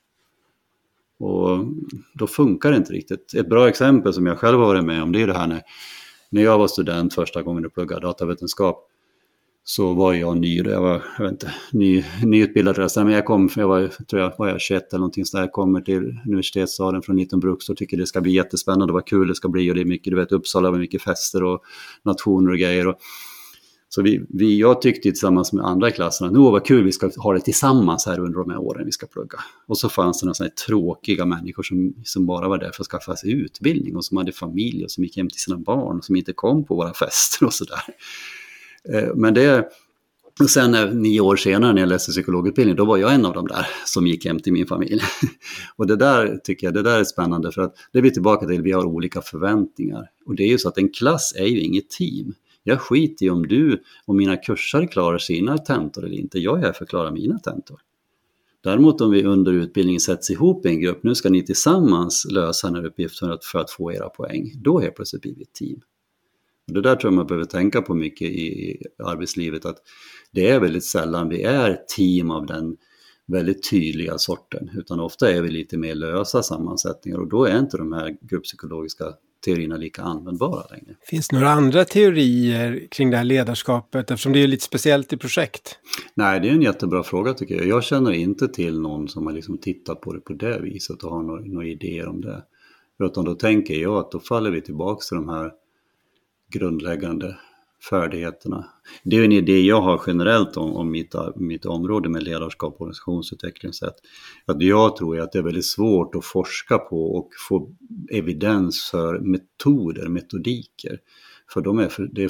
Och då funkar det inte riktigt. Ett bra exempel som jag själv har varit med om, det är det här när jag var student första gången och pluggade datavetenskap. Så var jag nyutbildad resten. Men jag var 21 eller någonting så där. Jag kommer till universitetsstaden från Nittenbruks och tycker det ska bli jättespännande och vad kul det ska bli. Och det är mycket, du vet, Uppsala med mycket fester och nationer och grejer. Så jag tyckte tillsammans med andra i klasserna att vad kul, vi ska ha det tillsammans här under de här åren vi ska plugga. Och så fanns det några sådana här tråkiga människor som bara var där för att skaffa sig utbildning och som hade familj och som gick hem till sina barn och som inte kom på våra fester och sådär. Men sen 9 år senare när jag läste psykologutbildning, då var jag en av dem där som gick hem till min familj. Och det där tycker jag, det där är spännande för att det är vi tillbaka till, vi har olika förväntningar. Och det är ju så att en klass är ju inget team. Jag skiter i om mina kursare klarar sina tentor eller inte. Jag är här för att klara mina tentor. Däremot om vi under utbildningen sätts ihop i en grupp, nu ska ni tillsammans lösa den här uppgiften för att få era poäng. Då helt plötsligt blir vi ett team. Och det där tror jag man behöver tänka på mycket i arbetslivet, att det är väldigt sällan vi är team av den väldigt tydliga sorten, utan ofta är vi lite mer lösa sammansättningar och då är inte de här grupppsykologiska teorierna lika användbara längre. Finns det några andra teorier kring det här ledarskapet eftersom det är lite speciellt i projekt? Nej, det är en jättebra fråga tycker jag. Jag känner inte till någon som har liksom tittat på det på det viset och har några idéer om det. Utan då tänker jag att då faller vi tillbaka till de här grundläggande färdigheterna. Det är en idé jag har generellt om mitt område med ledarskap och organisationsutveckling. Så att jag tror att det är väldigt svårt att forska på och få evidens för metodiker. För det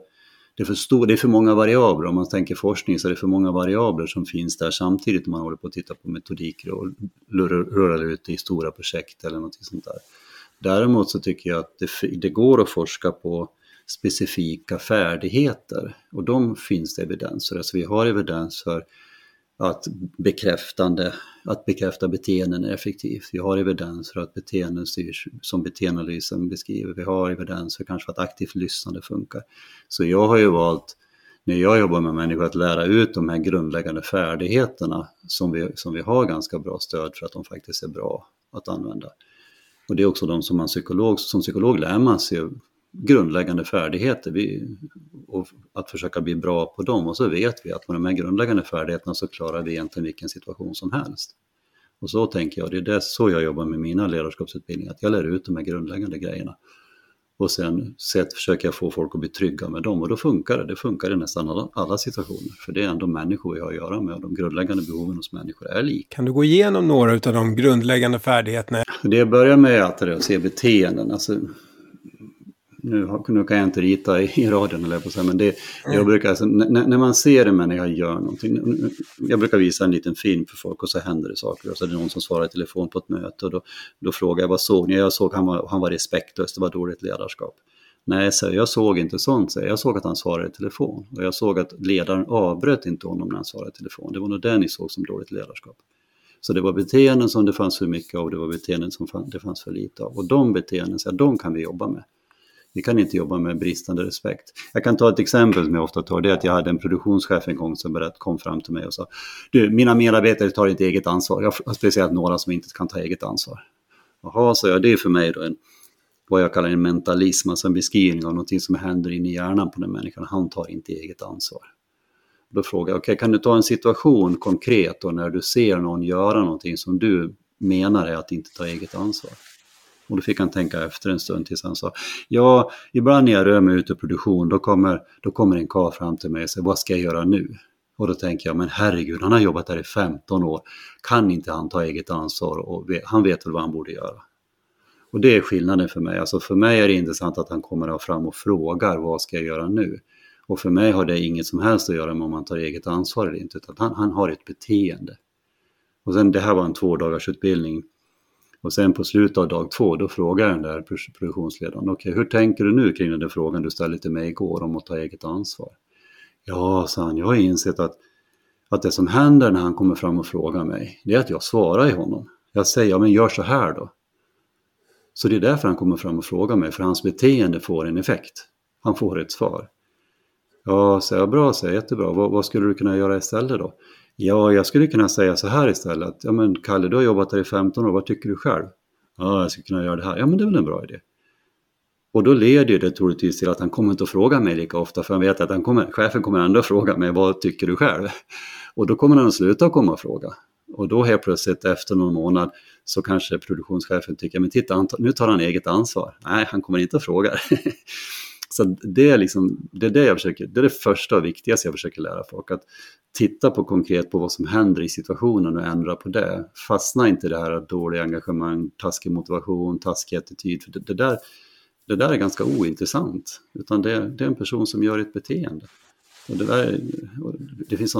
är för många variabler. Om man tänker forskning så är det för många variabler som finns där samtidigt när man håller på att titta på metodiker och röra ut i stora projekt eller något sånt där. Däremot så tycker jag att det går att forska på specifika färdigheter och de finns det evidens för. Alltså vi har evidens för att bekräfta beteenden är effektivt. Vi har evidens för att beteenden styrs som beteendeanalysen beskriver. Vi har evidens för kanske att aktivt lyssnande funkar. Så jag har ju valt, när jag jobbar med människor, att lära ut de här grundläggande färdigheterna som vi har ganska bra stöd för att de faktiskt är bra att använda. Och det är också de som psykolog lär man sig grundläggande färdigheter och att försöka bli bra på dem. Och så vet vi att med de här grundläggande färdigheterna så klarar vi egentligen vilken situation som helst. Och så tänker jag, det är så jag jobbar med mina ledarskapsutbildningar, att jag lär ut de här grundläggande grejerna. Och sen försöker jag få folk att bli trygga med dem och då funkar det. Det funkar i nästan alla situationer. För det är ändå människor vi har att göra med och de grundläggande behoven hos människor är lika. Kan du gå igenom några av de grundläggande färdigheterna? Det börjar med att se beteenden. Alltså, nu kan jag inte rita i radion eller på så här, men jag brukar, alltså, när man ser en människa gör någonting, jag brukar visa en liten film för folk och så händer det saker och så är det någon som svarar i telefon på ett möte och då frågar jag, vad såg ni? Jag såg han var respektlös, det var dåligt ledarskap. Nej, så jag såg inte sånt, så jag såg att han svarade i telefon och jag såg att ledaren avbröt inte honom när han svarade i telefon. Det var nog det ni såg som dåligt ledarskap. Så det var beteenden som det fanns för mycket av, det var beteenden som det fanns för lite av. Och de beteenden, så de kan vi jobba med. Vi kan inte jobba med bristande respekt. Jag kan ta ett exempel som jag ofta tar. Det är att jag hade en produktionschef en gång som kom fram till mig och sa: du, mina medarbetare tar inte eget ansvar. Jag har speciellt några som inte kan ta eget ansvar. Jaha, så det är för mig då vad jag kallar en mentalism. Alltså en beskrivning av någonting som händer inne i hjärnan på den människan. Han tar inte eget ansvar. Då frågar jag, okej, kan du ta en situation konkret då när du ser någon göra någonting som du menar är att inte ta eget ansvar? Och då fick han tänka efter en stund tills han sa, ja, ibland när jag rör mig ut i produktion då kommer en karl fram till mig och säger, vad ska jag göra nu? Och då tänker jag, men herregud, han har jobbat där i 15 år, kan inte han ta eget ansvar och han vet väl vad han borde göra? Och det är skillnaden för mig. Alltså för mig är det intressant att han kommer fram och frågar, vad ska jag göra nu? Och för mig har det inget som helst att göra med om man tar eget ansvar eller inte, utan han har ett beteende. Och sen, det här var en 2-dagars utbildning. Och sen på slutet av dag 2, då frågar den där produktionsledaren, okej, hur tänker du nu kring den där frågan du ställde till mig igår om att ta eget ansvar? Ja, sa han, jag har insett att det som händer när han kommer fram och frågar mig, det är att jag svarar i honom. Jag säger, ja men gör så här då. Så det är därför han kommer fram och frågar mig, för hans beteende får en effekt. Han får ett svar. Ja, säger jag, bra, säger jättebra. Vad skulle du kunna göra istället då? Ja, jag skulle kunna säga så här istället. Ja men Kalle, du har jobbat där i 15 år, vad tycker du själv? Ja, jag skulle kunna göra det här. Ja men det är väl en bra idé. Och då leder det troligtvis till att han kommer inte att fråga mig lika ofta, för han vet att chefen kommer ändå att fråga mig, vad tycker du själv? Och då kommer han att sluta komma och fråga. Och då helt plötsligt efter någon månad så kanske produktionschefen tycker, men titta, nu tar han eget ansvar. Nej, han kommer inte att fråga. Så det är liksom, det är det första och viktigaste jag försöker lära folk, att titta på konkret på vad som händer i situationen och ändra på det. Fastna inte i det här dåliga engagemang, taskig motivation, taskig attityd, för det där är ganska ointressant, utan det är en person som gör ett beteende. Och det finns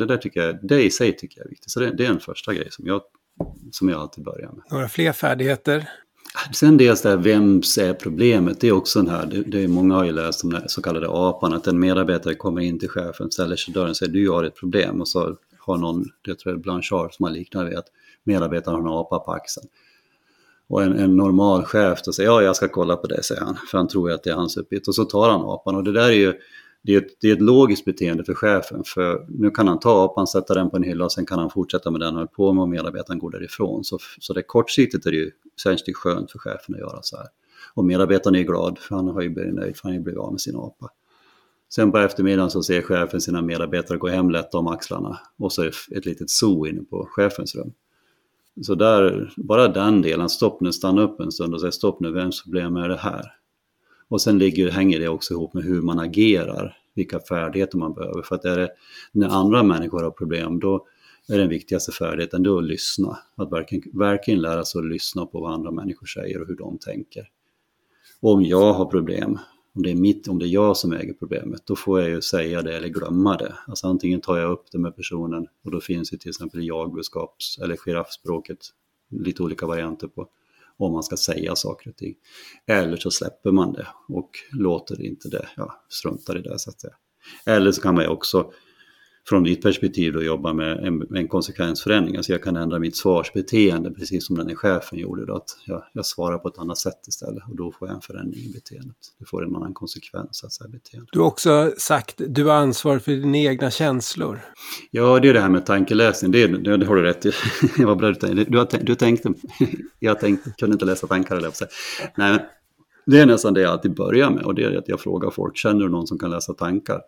det i sig tycker jag är viktigt. Så det är en första grej som jag alltid börjar med. Några fler färdigheter? Sen dels det här, vems är problemet? Det är också den här, det är många har ju läst om den så kallade apan, att en medarbetare kommer in till chefen, ställer sig i dörren och säger, du har ett problem. Och så har någon, det tror jag Blanchard som har liknat vid, att medarbetaren har en apa på axeln. Och en normal chef då säger, ja jag ska kolla på det, säger han. För han tror att det är hans uppgift. Och så tar han apan. Och det där är ju, det är ett logiskt beteende för chefen. För nu kan han ta apan, sätta den på en hylla och sen kan han fortsätta med den och på med, och medarbetaren går därifrån. Så det kortsiktigt är det ju särskilt skönt för chefen att göra så här. Och medarbetaren är glad, för han har ju blivit nöjd, för han har ju blivit av med sin apa. Sen på eftermiddagen så ser chefen sina medarbetare gå hem lätt om axlarna. Och så är ett litet zoo inne på chefens rum. Så där, bara den delen, stopp nu, stanna upp en stund och säga stopp nu, vems problem är det här? Och sen hänger det också ihop med hur man agerar, vilka färdigheter man behöver. För att när andra människor har problem, då är den viktigaste färdigheten då att lyssna. Att verkligen lära sig att lyssna på vad andra människor säger och hur de tänker. Och om jag har problem, om det är jag som äger problemet, då får jag ju säga det eller glömma det. Alltså antingen tar jag upp det med personen, och då finns ju till exempel jag-budskaps- eller giraffspråket, lite olika varianter på om man ska säga saker och ting. Eller så släpper man det och låter inte det, struntar i det så att säga. Eller så kan man ju också från mitt perspektiv då jobba med en konsekvensförändring. Alltså jag kan ändra mitt svarsbeteende precis som den chefen gjorde då, att jag svarar på ett annat sätt istället, och då får jag en förändring i beteendet. Du får en annan konsekvens att säga beteendet. Du har också sagt du har ansvar för dina egna känslor. Ja, det är det här med tankeläsning. Det har du rätt i. Jag var bra, du tänkte. Jag kunde inte läsa tankar eller så. Nej, det är nästan det jag alltid börjar med, och det är att jag frågar folk, känner du någon som kan läsa tankar?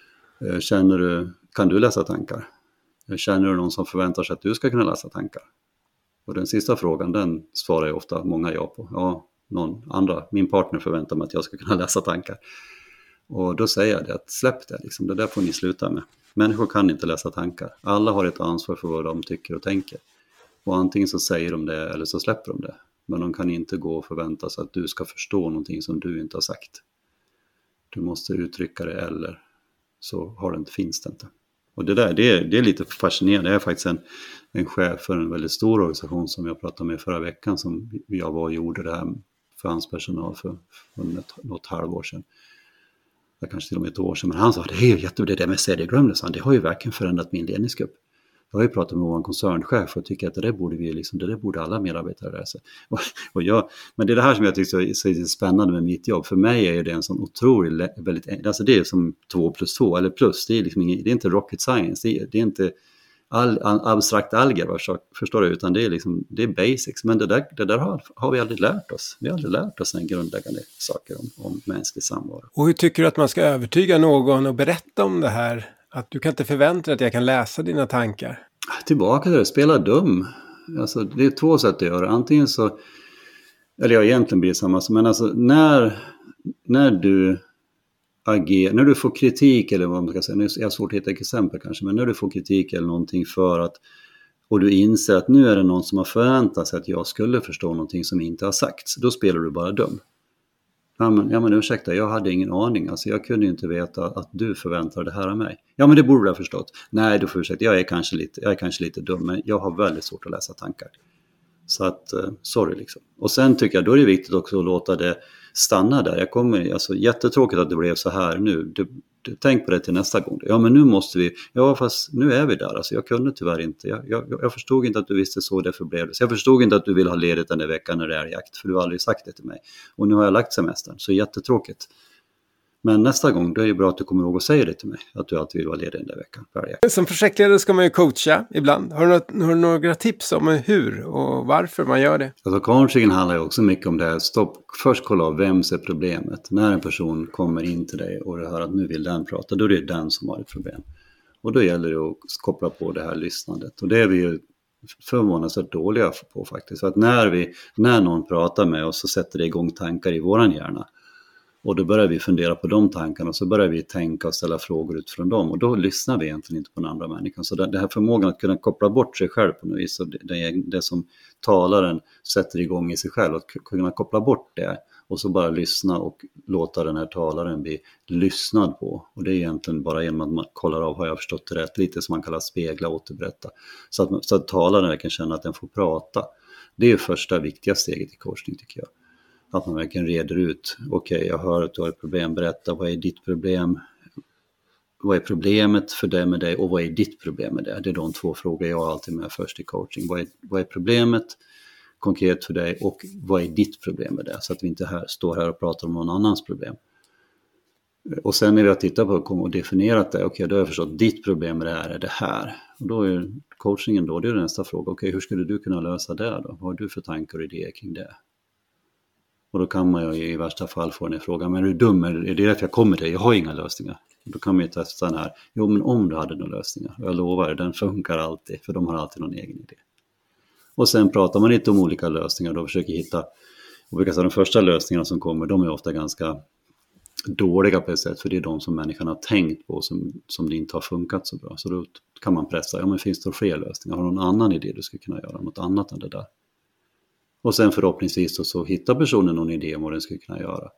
Kan du läsa tankar? Känner du någon som förväntar sig att du ska kunna läsa tankar? Och den sista frågan, den svarar jag ofta många ja på. Ja, min partner förväntar mig att jag ska kunna läsa tankar. Och då säger jag det, att släpp det liksom, det där får ni sluta med. Människor kan inte läsa tankar. Alla har ett ansvar för vad de tycker och tänker. Och antingen så säger de det eller så släpper de det. Men de kan inte gå och förvänta sig att du ska förstå någonting som du inte har sagt. Du måste uttrycka det, eller så finns det inte. Och det är lite fascinerande. Jag är faktiskt en chef för en väldigt stor organisation som jag pratade med förra veckan, som jag var och gjorde det här för hans personal för något halvår sedan. Kanske till och med ett år sedan. Men han sa, det är ju jättebra, det med CD-glömde, det har ju verkligen förändrat min ledningsgrupp. Jag har ju pratat med vår koncernchef och tycker att det där borde alla medarbetare lära sig. Men det är det här som jag tycker är spännande med mitt jobb. För mig är det en sån otrolig, alltså det är som 2 + 2 eller plus. Det är liksom det är inte rocket science, det är inte abstrakt algebra, förstår du, utan det är basics. Men det där har vi aldrig lärt oss. Vi har aldrig lärt oss en grundläggande saker om mänsklig samvaro. Och hur tycker du att man ska övertyga någon och berätta om det här Att du kan inte förvänta dig att jag kan läsa dina tankar. Tillbaka till det, spela dum. Alltså, det är 2 sätt att göra. Antingen så, eller ja, egentligen blir det samma. Men alltså när du när du får kritik eller vad man ska säga, nu är det svårt att hitta ett exempel kanske, men när du får kritik eller någonting och du inser att nu är det någon som har förväntat sig att jag skulle förstå någonting som inte har sagts, då spelar du bara dum. Ja men ursäkta, jag hade ingen aning, alltså jag kunde ju inte veta att du förväntar det här av mig. Ja men det borde du ha förstått. Nej, du får ursäkta, jag är kanske lite dum, men jag har väldigt svårt att läsa tankar. Så att, sorry liksom. Och sen tycker jag, då är det viktigt också att låta det stanna där. Alltså jättetråkigt att det blev så här nu. Tänk på det till nästa gång. Ja men nu måste vi, fast nu är vi där. Alltså jag kunde tyvärr inte. Jag förstod inte att du visste så därför blev det. Så jag förstod inte att du vill ha ledigt den där veckan när det är jakt. För du har aldrig sagt det till mig. Och nu har jag lagt semestern, så jättetråkigt. Men nästa gång, då är det bra att du kommer ihåg att säga det till mig. Att du alltid vill vara ledig den där veckan. Som projektledare ska man ju coacha ibland. Har du några tips om hur och varför man gör det? Alltså coachingen handlar ju också mycket om det här. Först kolla av vems är problemet. När en person kommer in till dig och du hör att nu vill den prata, då är det den som har ett problem. Och då gäller det att koppla på det här lyssnandet. Och det är vi ju förvånansvärt dåliga på faktiskt. För att när någon pratar med oss så sätter det igång tankar i våran hjärna. Och då börjar vi fundera på de tankarna och så börjar vi tänka och ställa frågor utifrån dem. Och då lyssnar vi egentligen inte på den andra människan. Så den här förmågan att kunna koppla bort sig själv på något vis. Och det som talaren sätter igång i sig själv. Att kunna koppla bort det. Och så bara lyssna och låta den här talaren bli lyssnad på. Och det är egentligen bara genom att man kollar av, har jag förstått det rätt, lite som man kallar spegla och återberätta. Så att talaren kan känna att den får prata. Det är ju första viktiga steget i coachning tycker jag. Att man verkligen reder ut, okej, jag hör att du har ett problem, berätta, vad är ditt problem? Vad är problemet för dig med dig och vad är ditt problem med det? Det är de 2 frågor jag alltid med först i coaching. Vad är problemet konkret för dig och vad är ditt problem med det? Så att vi inte står här och pratar om någon annans problem. Och sen när vi har tittat på och definierat det, okej, då har jag förstått ditt problem med det här är det här. Och då är coachingen då, det är nästa fråga, okej, hur skulle du kunna lösa det då? Vad har du för tankar och idéer kring det? Och då kan man ju i värsta fall få den frågan, men är du dum? Är det därför jag kommer till? Jag har inga lösningar. Då kan man ju testa den här. Jo, men om du hade några lösningar. Jag lovar, den funkar alltid. För de har alltid någon egen idé. Och sen pratar man lite om olika lösningar. Då försöker hitta. Och brukar säga de första lösningarna som kommer, de är ofta ganska dåliga på ett sätt. För det är de som människan har tänkt på som det inte har funkat så bra. Så då kan man pressa. Ja, men finns det fler lösningar? Har du någon annan idé du skulle kunna göra? Något annat än det där? Och sen förhoppningsvis så hittar personen någon idé om vad den skulle kunna göra.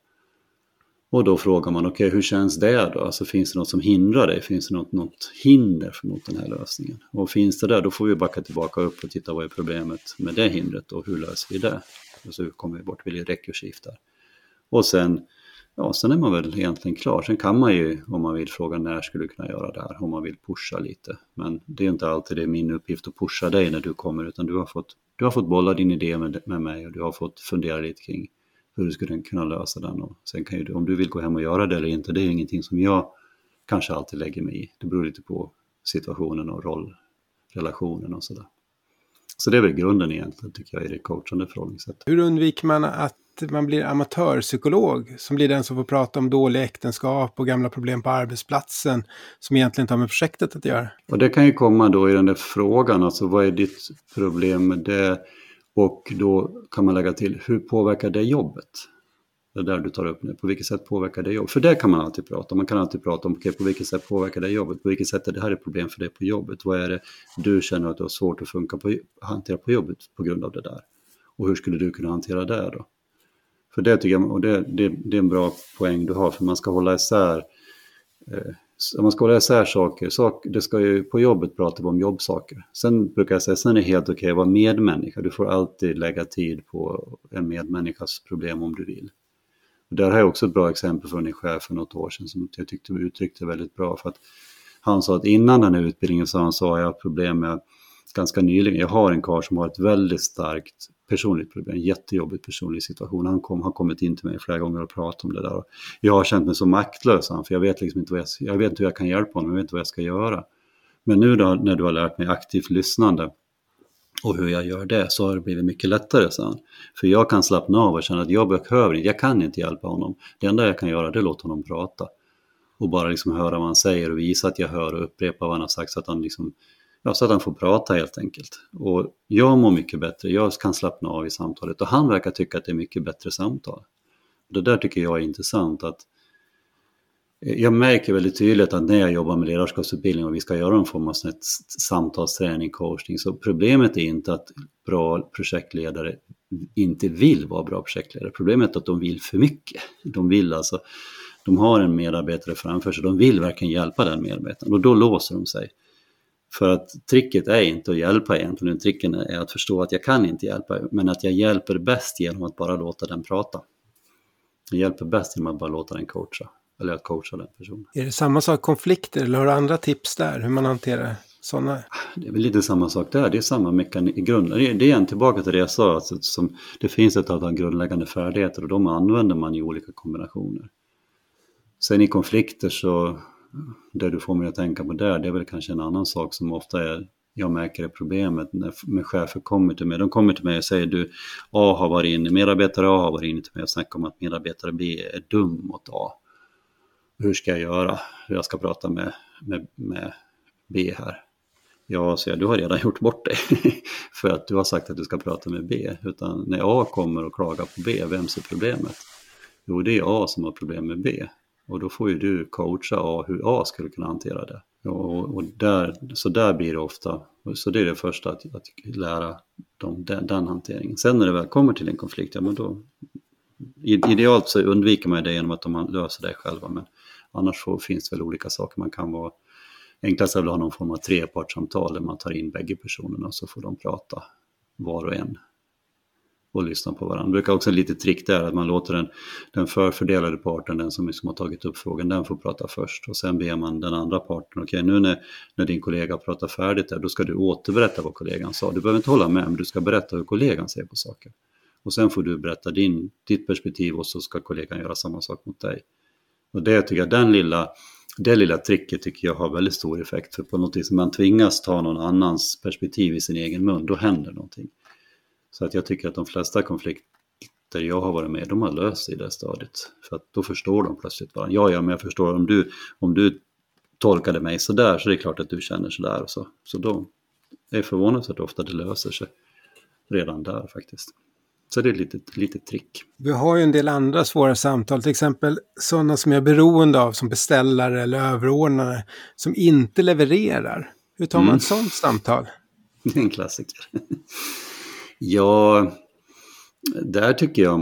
Och då frågar man, okej, hur känns det då? Alltså finns det något som hindrar dig? Finns det något hinder mot den här lösningen? Och finns det där, då får vi backa tillbaka upp och titta vad är problemet med det hindret och hur löser vi det? Och så kommer vi bort vid rekursiv där. Och sen är man väl egentligen klar. Sen kan man ju, om man vill, fråga när skulle du kunna göra det här? Om man vill pusha lite. Men det är inte alltid det är min uppgift att pusha dig när du kommer, utan du har fått bolla din idé med mig och du har fått fundera lite kring hur du skulle kunna lösa den. Och sen kan ju om du vill gå hem och göra det eller inte, det är ingenting som jag kanske alltid lägger mig i. Det beror lite på situationen och rollrelationen och sådär. Så det är väl grunden egentligen, tycker jag, i det coachande förhållningssättet. Hur undviker man att man blir amatörpsykolog som blir den som får prata om dåliga äktenskap och gamla problem på arbetsplatsen som egentligen inte har med projektet att göra? Och det kan ju komma då i den där frågan, alltså vad är ditt problem med det? Och då kan man lägga till, hur påverkar det jobbet? Det där du tar upp nu, på vilket sätt påverkar det jobbet? För det kan man alltid prata om. Man kan alltid prata om, okej, på vilket sätt påverkar det jobbet? På vilket sätt är det här ett problem för dig på jobbet? Vad är det du känner att du har svårt att hantera på jobbet på grund av det där? Och hur skulle du kunna hantera det då? För det tycker jag, och det är en bra poäng du har, för man ska hålla isär saker. Det ska ju på jobbet prata om jobbsaker. Sen brukar jag säga, sen är det helt okej att vara medmänniska. Du får alltid lägga tid på en medmänniskas problem om du vill. Och där har jag också ett bra exempel från en chef för något år sedan som jag tyckte uttryckte väldigt bra. För att han sa att innan den här utbildningen så har jag problem med ganska nyligen. Jag har en karl som har ett väldigt starkt personligt problem, en jättejobbig personlig situation. Han har kommit in till mig flera gånger och pratat om det där. Jag har känt mig så maktlös, för jag vet liksom inte jag vet inte hur jag kan hjälpa honom, jag vet inte vad jag ska göra. Men nu då, när du har lärt mig aktivt lyssnande och hur jag gör det, så har det blivit mycket lättare, sa han. För jag kan slappna av och känna att jag kan inte hjälpa honom. Det enda jag kan göra, det är att låta honom prata. och bara liksom höra vad han säger och visa att jag hör och upprepa vad han har sagt så att han liksom, så att han får prata helt enkelt. Och jag mår mycket bättre, jag kan slappna av i samtalet och han verkar tycka att det är mycket bättre samtal. Det där tycker jag är intressant, att jag märker väldigt tydligt att när jag jobbar med ledarskapsutbildning och vi ska göra en form av samtalsträning, coaching, så problemet är inte att bra projektledare inte vill vara bra projektledare. Problemet är att de vill för mycket. De har en medarbetare framför sig, de vill verkligen hjälpa den medarbetaren och då låser de sig. För att tricket är inte att hjälpa egentligen, tricken är att förstå att jag kan inte hjälpa, men att jag hjälper bäst genom att bara låta den prata. Jag hjälper bäst genom att bara låta den coacha, eller att coacha den personen. Är det samma sak konflikter eller har du andra tips där, hur man hanterar sådana? Det är väl lite samma sak där, det är samma mekanik i grunden. Det är en tillbaka till det jag sa, alltså, som det finns ett antal grundläggande färdigheter och de använder man i olika kombinationer. Sen i konflikter så, det du får mig att tänka på där, det är väl kanske en annan sak som ofta är, jag märker är problemet när chefer kommer till mig. De kommer till mig och säger medarbetare A har varit inne till mig och snackat om att medarbetare B är dum mot A. Hur ska jag göra? Jag ska prata med B här. Ja, så du har redan gjort bort dig för att du har sagt att du ska prata med B. Utan när A kommer och klagar på B, vems är problemet? Jo, det är A som har problem med B. Och då får ju du coacha A hur A skulle kunna hantera det. Och där blir det ofta, så det är det första att lära dem den hanteringen. Sen när det väl kommer till en konflikt, ja men då idealt så undviker man det genom att man löser det själva, men annars finns det väl olika saker man kan vara. Enklast är väl att ha någon form av trepartssamtal där man tar in bägge personerna och så får de prata var och en och lyssna på varandra. Det brukar också en litet trick där att man låter den förfördelade parten, den som har tagit upp frågan, den får prata först och sen ber man den andra parten, okej, nu när din kollega pratar färdigt där, då ska du återberätta vad kollegan sa. Du behöver inte hålla med, men du ska berätta hur kollegan ser på saker. Och sen får du berätta ditt perspektiv och så ska kollegan göra samma sak mot dig. Och det tycker jag, det lilla tricket tycker jag har väldigt stor effekt. För på något vis, man tvingas ta någon annans perspektiv i sin egen mun, då händer någonting. Så att jag tycker att de flesta konflikter jag har varit med, de har löst sig i det stadiet. För att då förstår de plötsligt varandra. Ja, men jag förstår, om du tolkade mig så där, så är det klart att du känner så där. Så då är det förvånansvärt ofta det löser sig redan där faktiskt. Så det är ett litet trick. Vi har ju en del andra svåra samtal, till exempel sådana som jag är beroende av som beställare eller överordnare som inte levererar. Hur tar man ett sådant samtal? Det är en klassiker. Ja, där tycker jag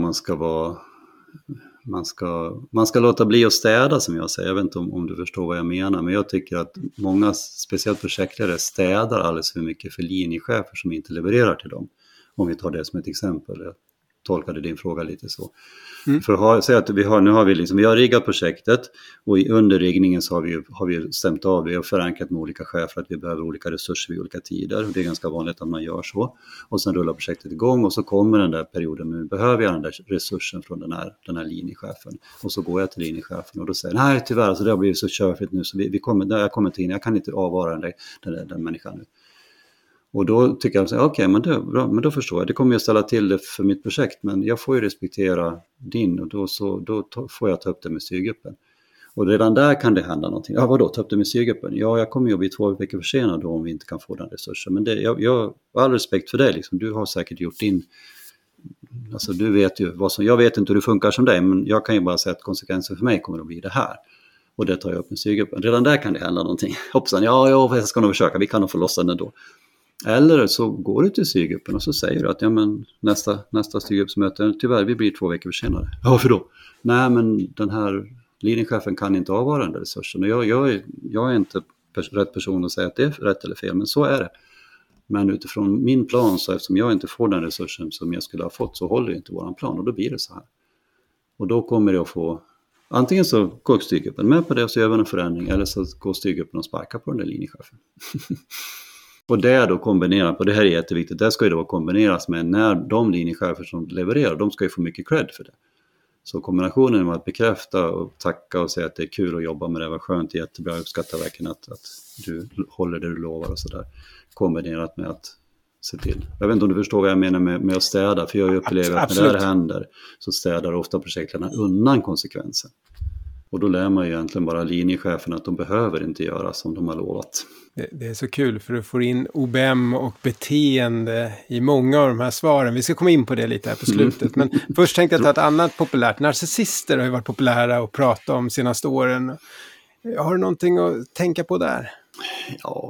man ska låta bli att städa, som jag säger. Jag vet inte om du förstår vad jag menar, men jag tycker att många, speciellt projektledare, städar alldeles för mycket för linjechefer som inte levererar till dem. Om vi tar det som ett exempel. Jag tolkade din fråga lite så. För säg att vi har riggat projektet och under riggningen så har vi stämt av, vi har förankrat med olika chefer att vi behöver olika resurser vid olika tider. Det är ganska vanligt att man gör så. Och sen rullar projektet igång och så kommer den där perioden när vi behöver den där resursen från den här linjechefen. Och så går jag till linjechefen och då säger nej tyvärr, alltså det har blivit så körfritt nu så jag kommer inte in, jag kan inte avvara den människan nu. Och då tycker jag, okej, men då förstår jag. Det kommer jag ställa till det för mitt projekt, men jag får ju respektera din och då får jag ta upp det med styrgruppen. Och redan där kan det hända någonting. Ja, vadå, ta upp det med styrgruppen? Ja, jag kommer ju att bli 2 veckor försenad då om vi inte kan få den resursen. Men jag har all respekt för dig, liksom. Du har säkert gjort alltså du vet ju jag vet inte hur det funkar som dig, men jag kan ju bara säga att konsekvensen för mig kommer att bli det här. Och det tar jag upp med styrgruppen. Redan där kan det hända någonting. Hoppsan, jag ska nog försöka, vi kan nog få lossa den då. Eller så går du till styrgruppen och så säger du att nästa styrgruppsmöte, tyvärr vi blir 2 veckor senare. Varför då? Nej, men den här linjechefen kan inte avvara den där resursen. Och jag är inte rätt person att säga att det är rätt eller fel, men så är det. Men utifrån min plan, så eftersom jag inte får den resursen som jag skulle ha fått, så håller inte våran plan och då blir det så här. Och då kommer det att få, antingen så går styrgruppen med på det och så gör vi en förändring, eller så går styrgruppen och sparkar på den där linjechefen. Och det är då kombinerat, och det här är jätteviktigt, det ska ju då kombineras med när de linjechefer som levererar, de ska ju få mycket cred för det. Så kombinationen med att bekräfta och tacka och säga att det är kul att jobba med det, var skönt, jättebra, jag uppskattar verkligen att du håller det du lovar och sådär. Kombinerat med att se till. Jag vet inte om du förstår vad jag menar med att städa, för jag upplever att när det här händer så städar ofta projektledarna undan konsekvensen. Och då lär man ju egentligen bara linjechefen att de behöver inte göra som de har lovat. Det är så kul för du får in OBM och beteende i många av de här svaren. Vi ska komma in på det lite här på slutet. Men först tänkte jag ta ett annat populärt. Narcissister har ju varit populära att prata om senaste åren. Har du någonting att tänka på där? Ja,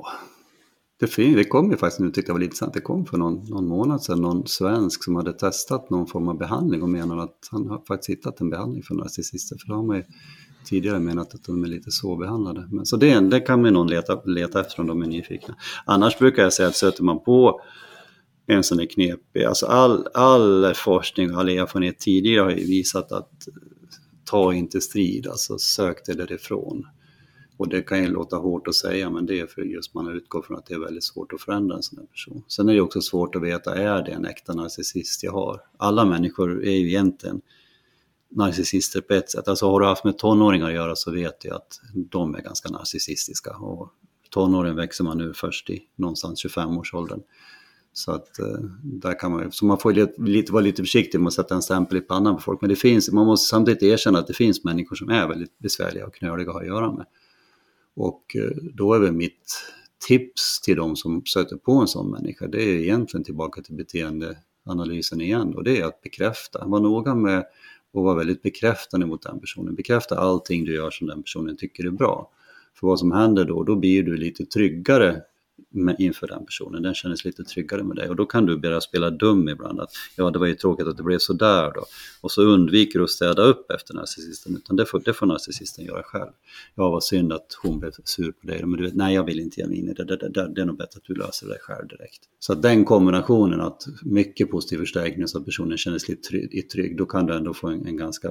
det kom ju faktiskt nu, tyckte jag var lite intressant. Det kom för någon månad sedan någon svensk som hade testat någon form av behandling och menade att han har faktiskt hittat en behandling för narcissister. För då har man ju tidigare menat att de är lite svårbehandlade. Men, så det kan man nog leta efter om de är nyfikna. Annars brukar jag säga att söter man på en sån här knepig, alltså all forskning och all erfarenhet tidigare har ju visat att ta inte strid, alltså sök det därifrån. Och det kan ju låta hårt att säga, men det är för just man utgår från att det är väldigt svårt att förändra en sån här person. Sen är det också svårt att veta, är det en äkta narcissist jag har? Alla människor är ju egentligen narcissister på ett sätt. Alltså har du haft med tonåringar att göra så vet jag att de är ganska narcissistiska. Och tonåringen växer man nu först i någonstans 25-årsåldern. Så att där kan man, så man får vara lite försiktig med att sätta en stämpel i pannan på folk. Men man måste samtidigt erkänna att det finns människor som är väldigt besvärliga och knöliga att ha att göra med. Och då är väl mitt tips till de som söker på en sån människa, det är egentligen tillbaka till beteendeanalysen igen. Och det är att bekräfta, var noga med att vara väldigt bekräftande mot den personen. Bekräfta allting du gör som den personen tycker är bra. För vad som händer då blir du lite tryggare inför den personen. Den känns lite tryggare med dig. Och då kan du börja spela dum ibland. Att ja, det var ju tråkigt att det blev så där då. Och så undviker du att städa upp efter narcissisten. Utan det får narcissisten göra själv. Ja, vad synd att hon blev sur på dig. Men du vet, nej jag vill inte ge mig in i det. Det är nog bättre att du löser det själv direkt. Så att den kombinationen, att mycket positiv förstärkning så att personen känner sig lite trygg. Då kan du ändå få en ganska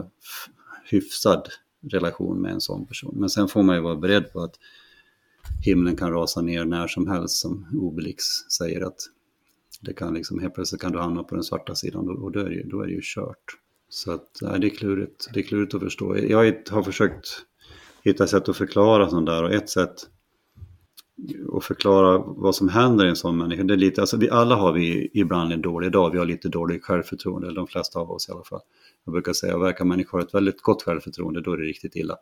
hyfsad relation med en sån person. Men sen får man ju vara beredd på att himlen kan rasa ner när som helst, som Obelix säger, att det kan liksom, helt plötsligt kan du hamna på den svarta sidan och då är det ju kört. Så att det är klurigt att förstå. Jag har försökt hitta sätt att förklara sånt där, och ett sätt att förklara vad som händer i en sån människa, det är lite, alltså alla har vi ibland en dålig dag, vi har lite dålig självförtroende, eller de flesta av oss i alla fall. Jag brukar säga, verkar människor ha ett väldigt gott självförtroende, då är det riktigt illa.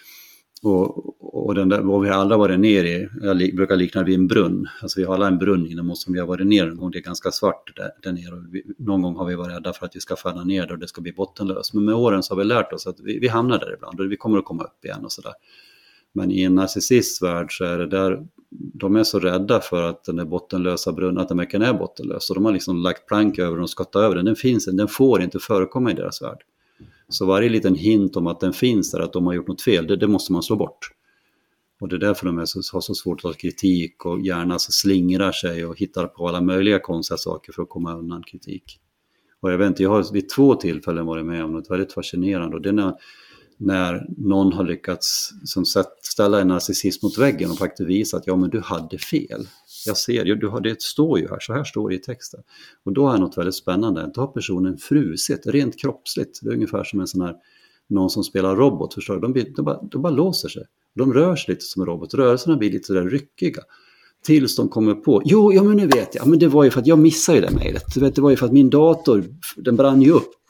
Och den där, vad vi alla varit ner i, jag brukar likna vid en brunn. Alltså vi har alla en brunn inom oss som vi har varit ner en gång. Det är ganska svart där nere. Och någon gång har vi varit rädda för att vi ska falla ner där och det ska bli bottenlöst. Men med åren så har vi lärt oss att vi hamnar där ibland och vi kommer att komma upp igen och sådär. Men i en narcissistvärld så är det där, de är så rädda för att den är bottenlösa brunnen, att den verkligen är bottenlös. Så de har liksom lagt plank över den och skottat över den. Den får inte förekomma i deras värld. Så varje liten hint om att den finns där, att de har gjort något fel, det måste man slå bort. Och det är därför de har så svårt att ta kritik och gärna så slingrar sig och hittar på alla möjliga konstiga saker för att komma undan kritik. Och jag har vid 2 tillfällen varit med om något väldigt fascinerande, och det är när någon har lyckats som ställa en narcissist mot väggen och faktiskt visa att ja, men du hade fel. Jag ser, det står ju här, så här står det i texten. Och då är något väldigt spännande. Då har personen frusit, rent kroppsligt. Det är ungefär som någon som spelar robot, förstår du? De bara låser sig. De rör sig lite som en robot. Rörelserna blir lite sådär ryckiga. Tills de kommer på, men nu vet jag. Men det var ju för att jag missade ju det mejlet. Du vet, det var ju för att min dator, den brann ju upp.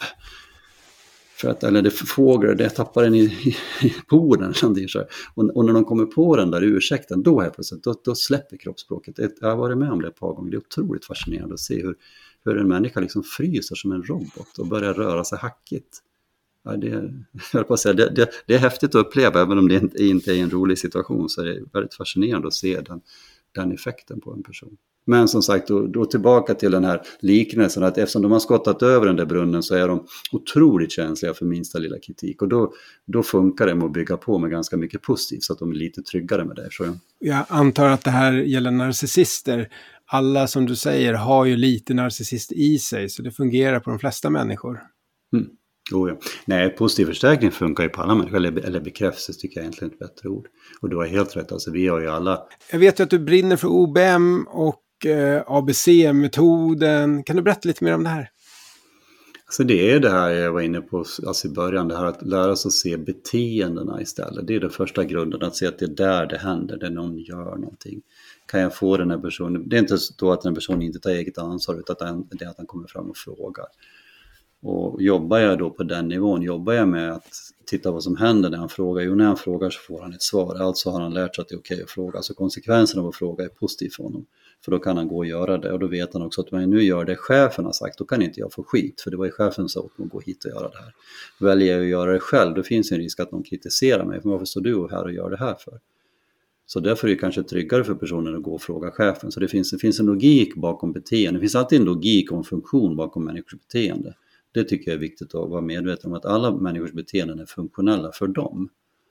Eller det fåglar, det tappar den i porden. Och när de kommer på den där ursäkten, då släpper kroppsspråket. Jag har varit med om det ett par gånger. Det är otroligt fascinerande att se hur en människa liksom fryser som en robot och börjar röra sig hackigt. Ja, det är häftigt att uppleva, även om det inte är en rolig situation, så är det väldigt fascinerande att se den effekten på en person. Men som sagt, då tillbaka till den här liknelsen, att eftersom de har skottat över den där brunnen så är de otroligt känsliga för minsta lilla kritik. Och då funkar det med att bygga på med ganska mycket positivt så att de är lite tryggare med det. Jag antar att det här gäller narcissister. Alla som du säger har ju lite narcissist i sig, så det fungerar på de flesta människor. Ja. Nej, positiv förstärkning funkar ju på alla människor, eller bekräftelse tycker jag egentligen är ett bättre ord. Och du har helt rätt, alltså vi har ju alla... Jag vet ju att du brinner för OBM och ABC-metoden. Kan du berätta lite mer om det här? Alltså det är det här jag var inne på alltså i början, det här att lära sig att se beteendena istället. Det är den första grunden, att se att det är där det händer, där någon gör någonting. Kan jag få den här personen, det är inte så att den personen inte tar eget ansvar, utan det är att han kommer fram och frågar. Och jobbar jag då på den nivån, jobbar jag med att titta vad som händer när han frågar. Jo, när han frågar så får han ett svar. Alltså har han lärt sig att det är okej att fråga. Alltså konsekvensen av att fråga är positiv för honom. För då kan han gå och göra det. Och då vet han också att om jag nu gör det chefen har sagt, då kan inte jag få skit. För det var ju chefen som sa att man gå hit och göra det här. Väljer jag att göra det själv, då finns en risk att någon kritiserar mig. För varför står du här och gör det här för? Så därför är det kanske tryggare för personen att gå och fråga chefen. Så det finns en logik bakom beteende. Det finns alltid en logik och en funktion bakom människors beteende. Det tycker jag är viktigt att vara medveten om, att alla människors beteenden är funktionella för dem.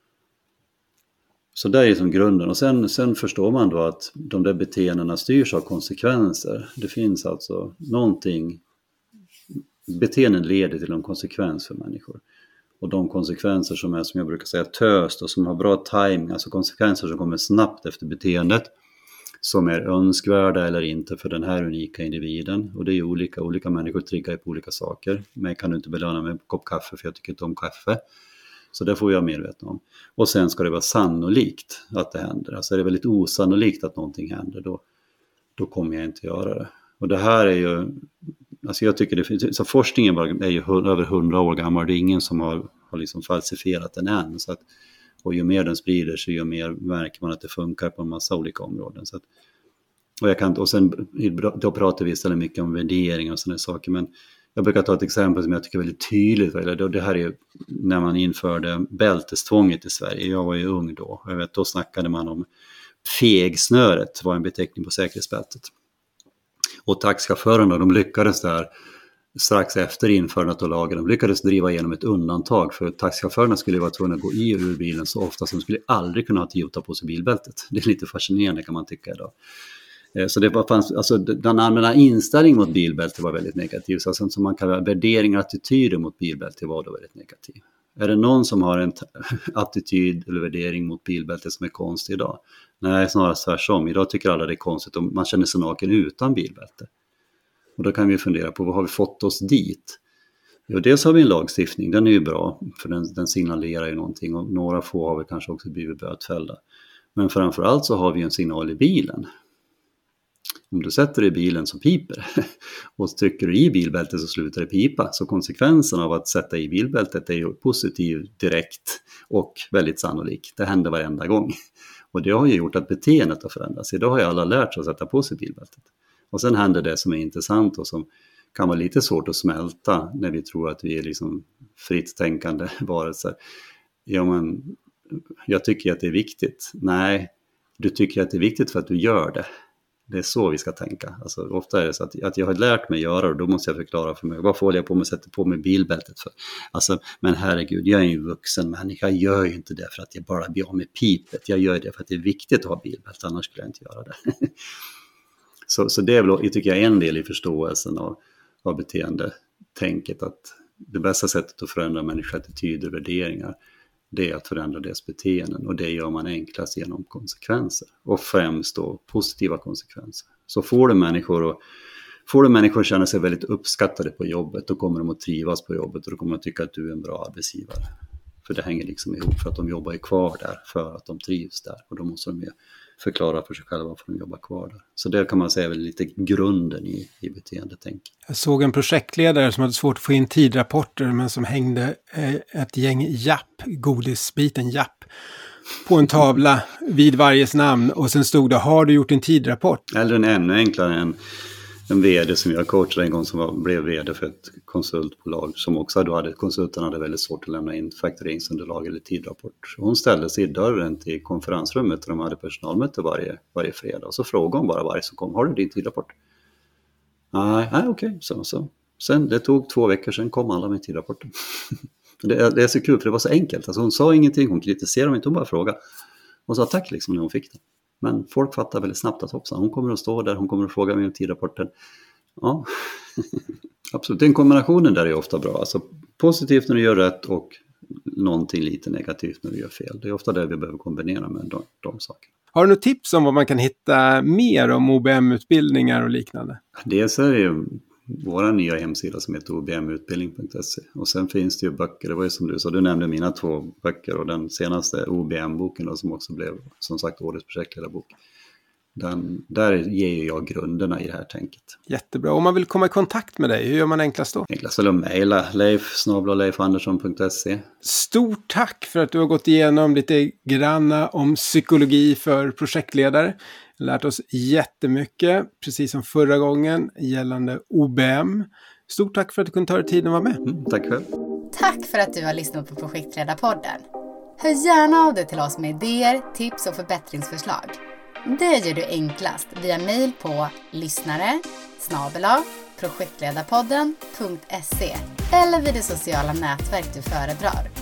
Så där är som grunden. Och sen förstår man då att de där beteendena styrs av konsekvenser. Det finns alltså någonting, beteenden leder till en konsekvens för människor. Och de konsekvenser som är, som jag brukar säga, töst och som har bra timing, alltså konsekvenser som kommer snabbt efter beteendet, som är önskvärda eller inte för den här unika individen. Och det är ju olika människor triggar på olika saker. Men kan du inte belöna med en kopp kaffe för jag tycker inte om kaffe. Så det får vi vara medvetna om. Och sen ska det vara sannolikt att det händer. Alltså är det väldigt osannolikt att någonting händer, då kommer jag inte göra det. Och det här är ju, alltså jag tycker det finns, så forskningen är ju över 100 år gammal. Det är ingen som har liksom falsifierat den än. Så att, och ju mer den sprider sig, ju mer märker man att det funkar på en massa olika områden. Så att, och sen då pratar vi istället mycket om värderingar och sådana saker. Men jag brukar ta ett exempel som jag tycker är väldigt tydligt. Det här är när man införde bältestvånget i Sverige. Jag var ju ung då. Jag vet, då snackade man om fegsnöret, var en beteckning på säkerhetsbältet. Och taxichaufförerna, de lyckades där strax efter införandet av lagen, de lyckades driva igenom ett undantag, för taxichaufförerna skulle vara tvungna att gå i ur bilen så ofta som de skulle aldrig kunna ha Toyota på sig bilbältet. Det är lite fascinerande kan man tycka idag. Så det fanns, alltså den allmänna inställningen mot bilbälte var väldigt negativ. Så alltså, som man kallar värderingar och attityder mot bilbälte var då väldigt negativ. Är det någon som har en attityd eller värdering mot bilbälte som är konstig idag? Nej, snarare tvärtom. Idag tycker alla det är konstigt om man känner sig naken utan bilbälte. Och då kan vi fundera på vad har vi fått oss dit? Jo, dels har vi en lagstiftning, den är ju bra för den signalerar ju någonting, och några få har vi kanske också blivit bötfällda. Men framförallt så har vi en signal i bilen. Om du sätter i bilen så piper och trycker du i bilbältet så slutar det pipa. Så konsekvensen av att sätta i bilbältet är ju positiv direkt och väldigt sannolik. Det händer varenda gång. Och det har ju gjort att beteendet har förändrats. Idag har ju alla lärt sig att sätta på sig bilbältet. Och sen händer det som är intressant och som kan vara lite svårt att smälta när vi tror att vi är liksom fritt tänkande varelser. Ja, men jag tycker att det är viktigt. Nej, du tycker att det är viktigt för att du gör det. Det är så vi ska tänka. Alltså, ofta är det så att jag har lärt mig göra det, och då måste jag förklara för mig. Varför håller jag på med att sätta på mig bilbältet för? Alltså, men herregud, jag är ju vuxen människa. Jag gör ju inte det för att jag bara blir av med pipet. Jag gör det för att det är viktigt att ha bilbälte, annars skulle jag inte göra det. Så det är väl, jag tycker jag, en del i förståelsen av beteendetänket, att det bästa sättet att förändra människors attityder och värderingar, det är att förändra deras beteenden, och det gör man enklast genom konsekvenser, och främst då positiva konsekvenser. Så får du människor att känna sig väldigt uppskattade på jobbet, då kommer de att trivas på jobbet, och då kommer de att tycka att du är en bra arbetsgivare. För det hänger liksom ihop, för att de jobbar ju kvar där för att de trivs där, och då måste de ju förklara för sig själva varför de jobbar kvar där. Så det kan man säga är väl lite grunden i beteendetänk. Jag såg en projektledare som hade svårt att få in tidrapporter, men som hängde ett gäng godisbiten japp på en tavla vid varjes namn, och sen stod det: har du gjort en tidrapport? Eller en ännu enklare, en vd som jag coachade en gång, som blev vd för ett konsultbolag, som också konsulterna hade väldigt svårt att lämna in faktureringsunderlag eller tidrapport. Hon ställde sig i dörren till konferensrummet, och de hade personalmöte varje fredag, och så frågade hon bara varje som kom: har du din tidrapport? Nej, okej. Så. Sen det tog 2 veckor, sen kom alla med tidrapporten. Det är så kul, för det var så enkelt. Alltså hon sa ingenting, hon kritiserade inte, hon bara frågade. Och sa tack liksom när hon fick det. Men folk fattar väldigt snabbt att hoppsan, hon kommer att stå där, hon kommer att fråga mig om tidrapporten. Ja, absolut. Den kombinationen där är ofta bra. Alltså positivt när du gör rätt, och någonting lite negativt när du gör fel. Det är ofta det vi behöver kombinera med de sakerna. Har du något tips om vad man kan hitta mer om OBM-utbildningar och liknande? Dels är det ju vår nya hemsida som heter obmutbildning.se. Och sen finns det ju böcker, det var ju som du sa, du nämnde mina 2 böcker, och den senaste OBM-boken då, som också blev som sagt årets projektledarbok. Där ger jag grunderna i det här tänket. Jättebra. Om man vill komma i kontakt med dig, hur gör man enklast då? Enklast är att mejla leif@leifandersson.se. Stort tack för att du har gått igenom lite granna om psykologi för projektledare. Lärt oss jättemycket, precis som förra gången, gällande OBM. Stort tack för att du kunde ta dig tiden att vara med. Tack själv. Tack för att du har lyssnat på Projektledarpodden. Hör gärna av dig till oss med idéer, tips och förbättringsförslag. Det gör du enklast via mejl på lyssnare@projektledarpodden.se eller vid det sociala nätverk du föredrar.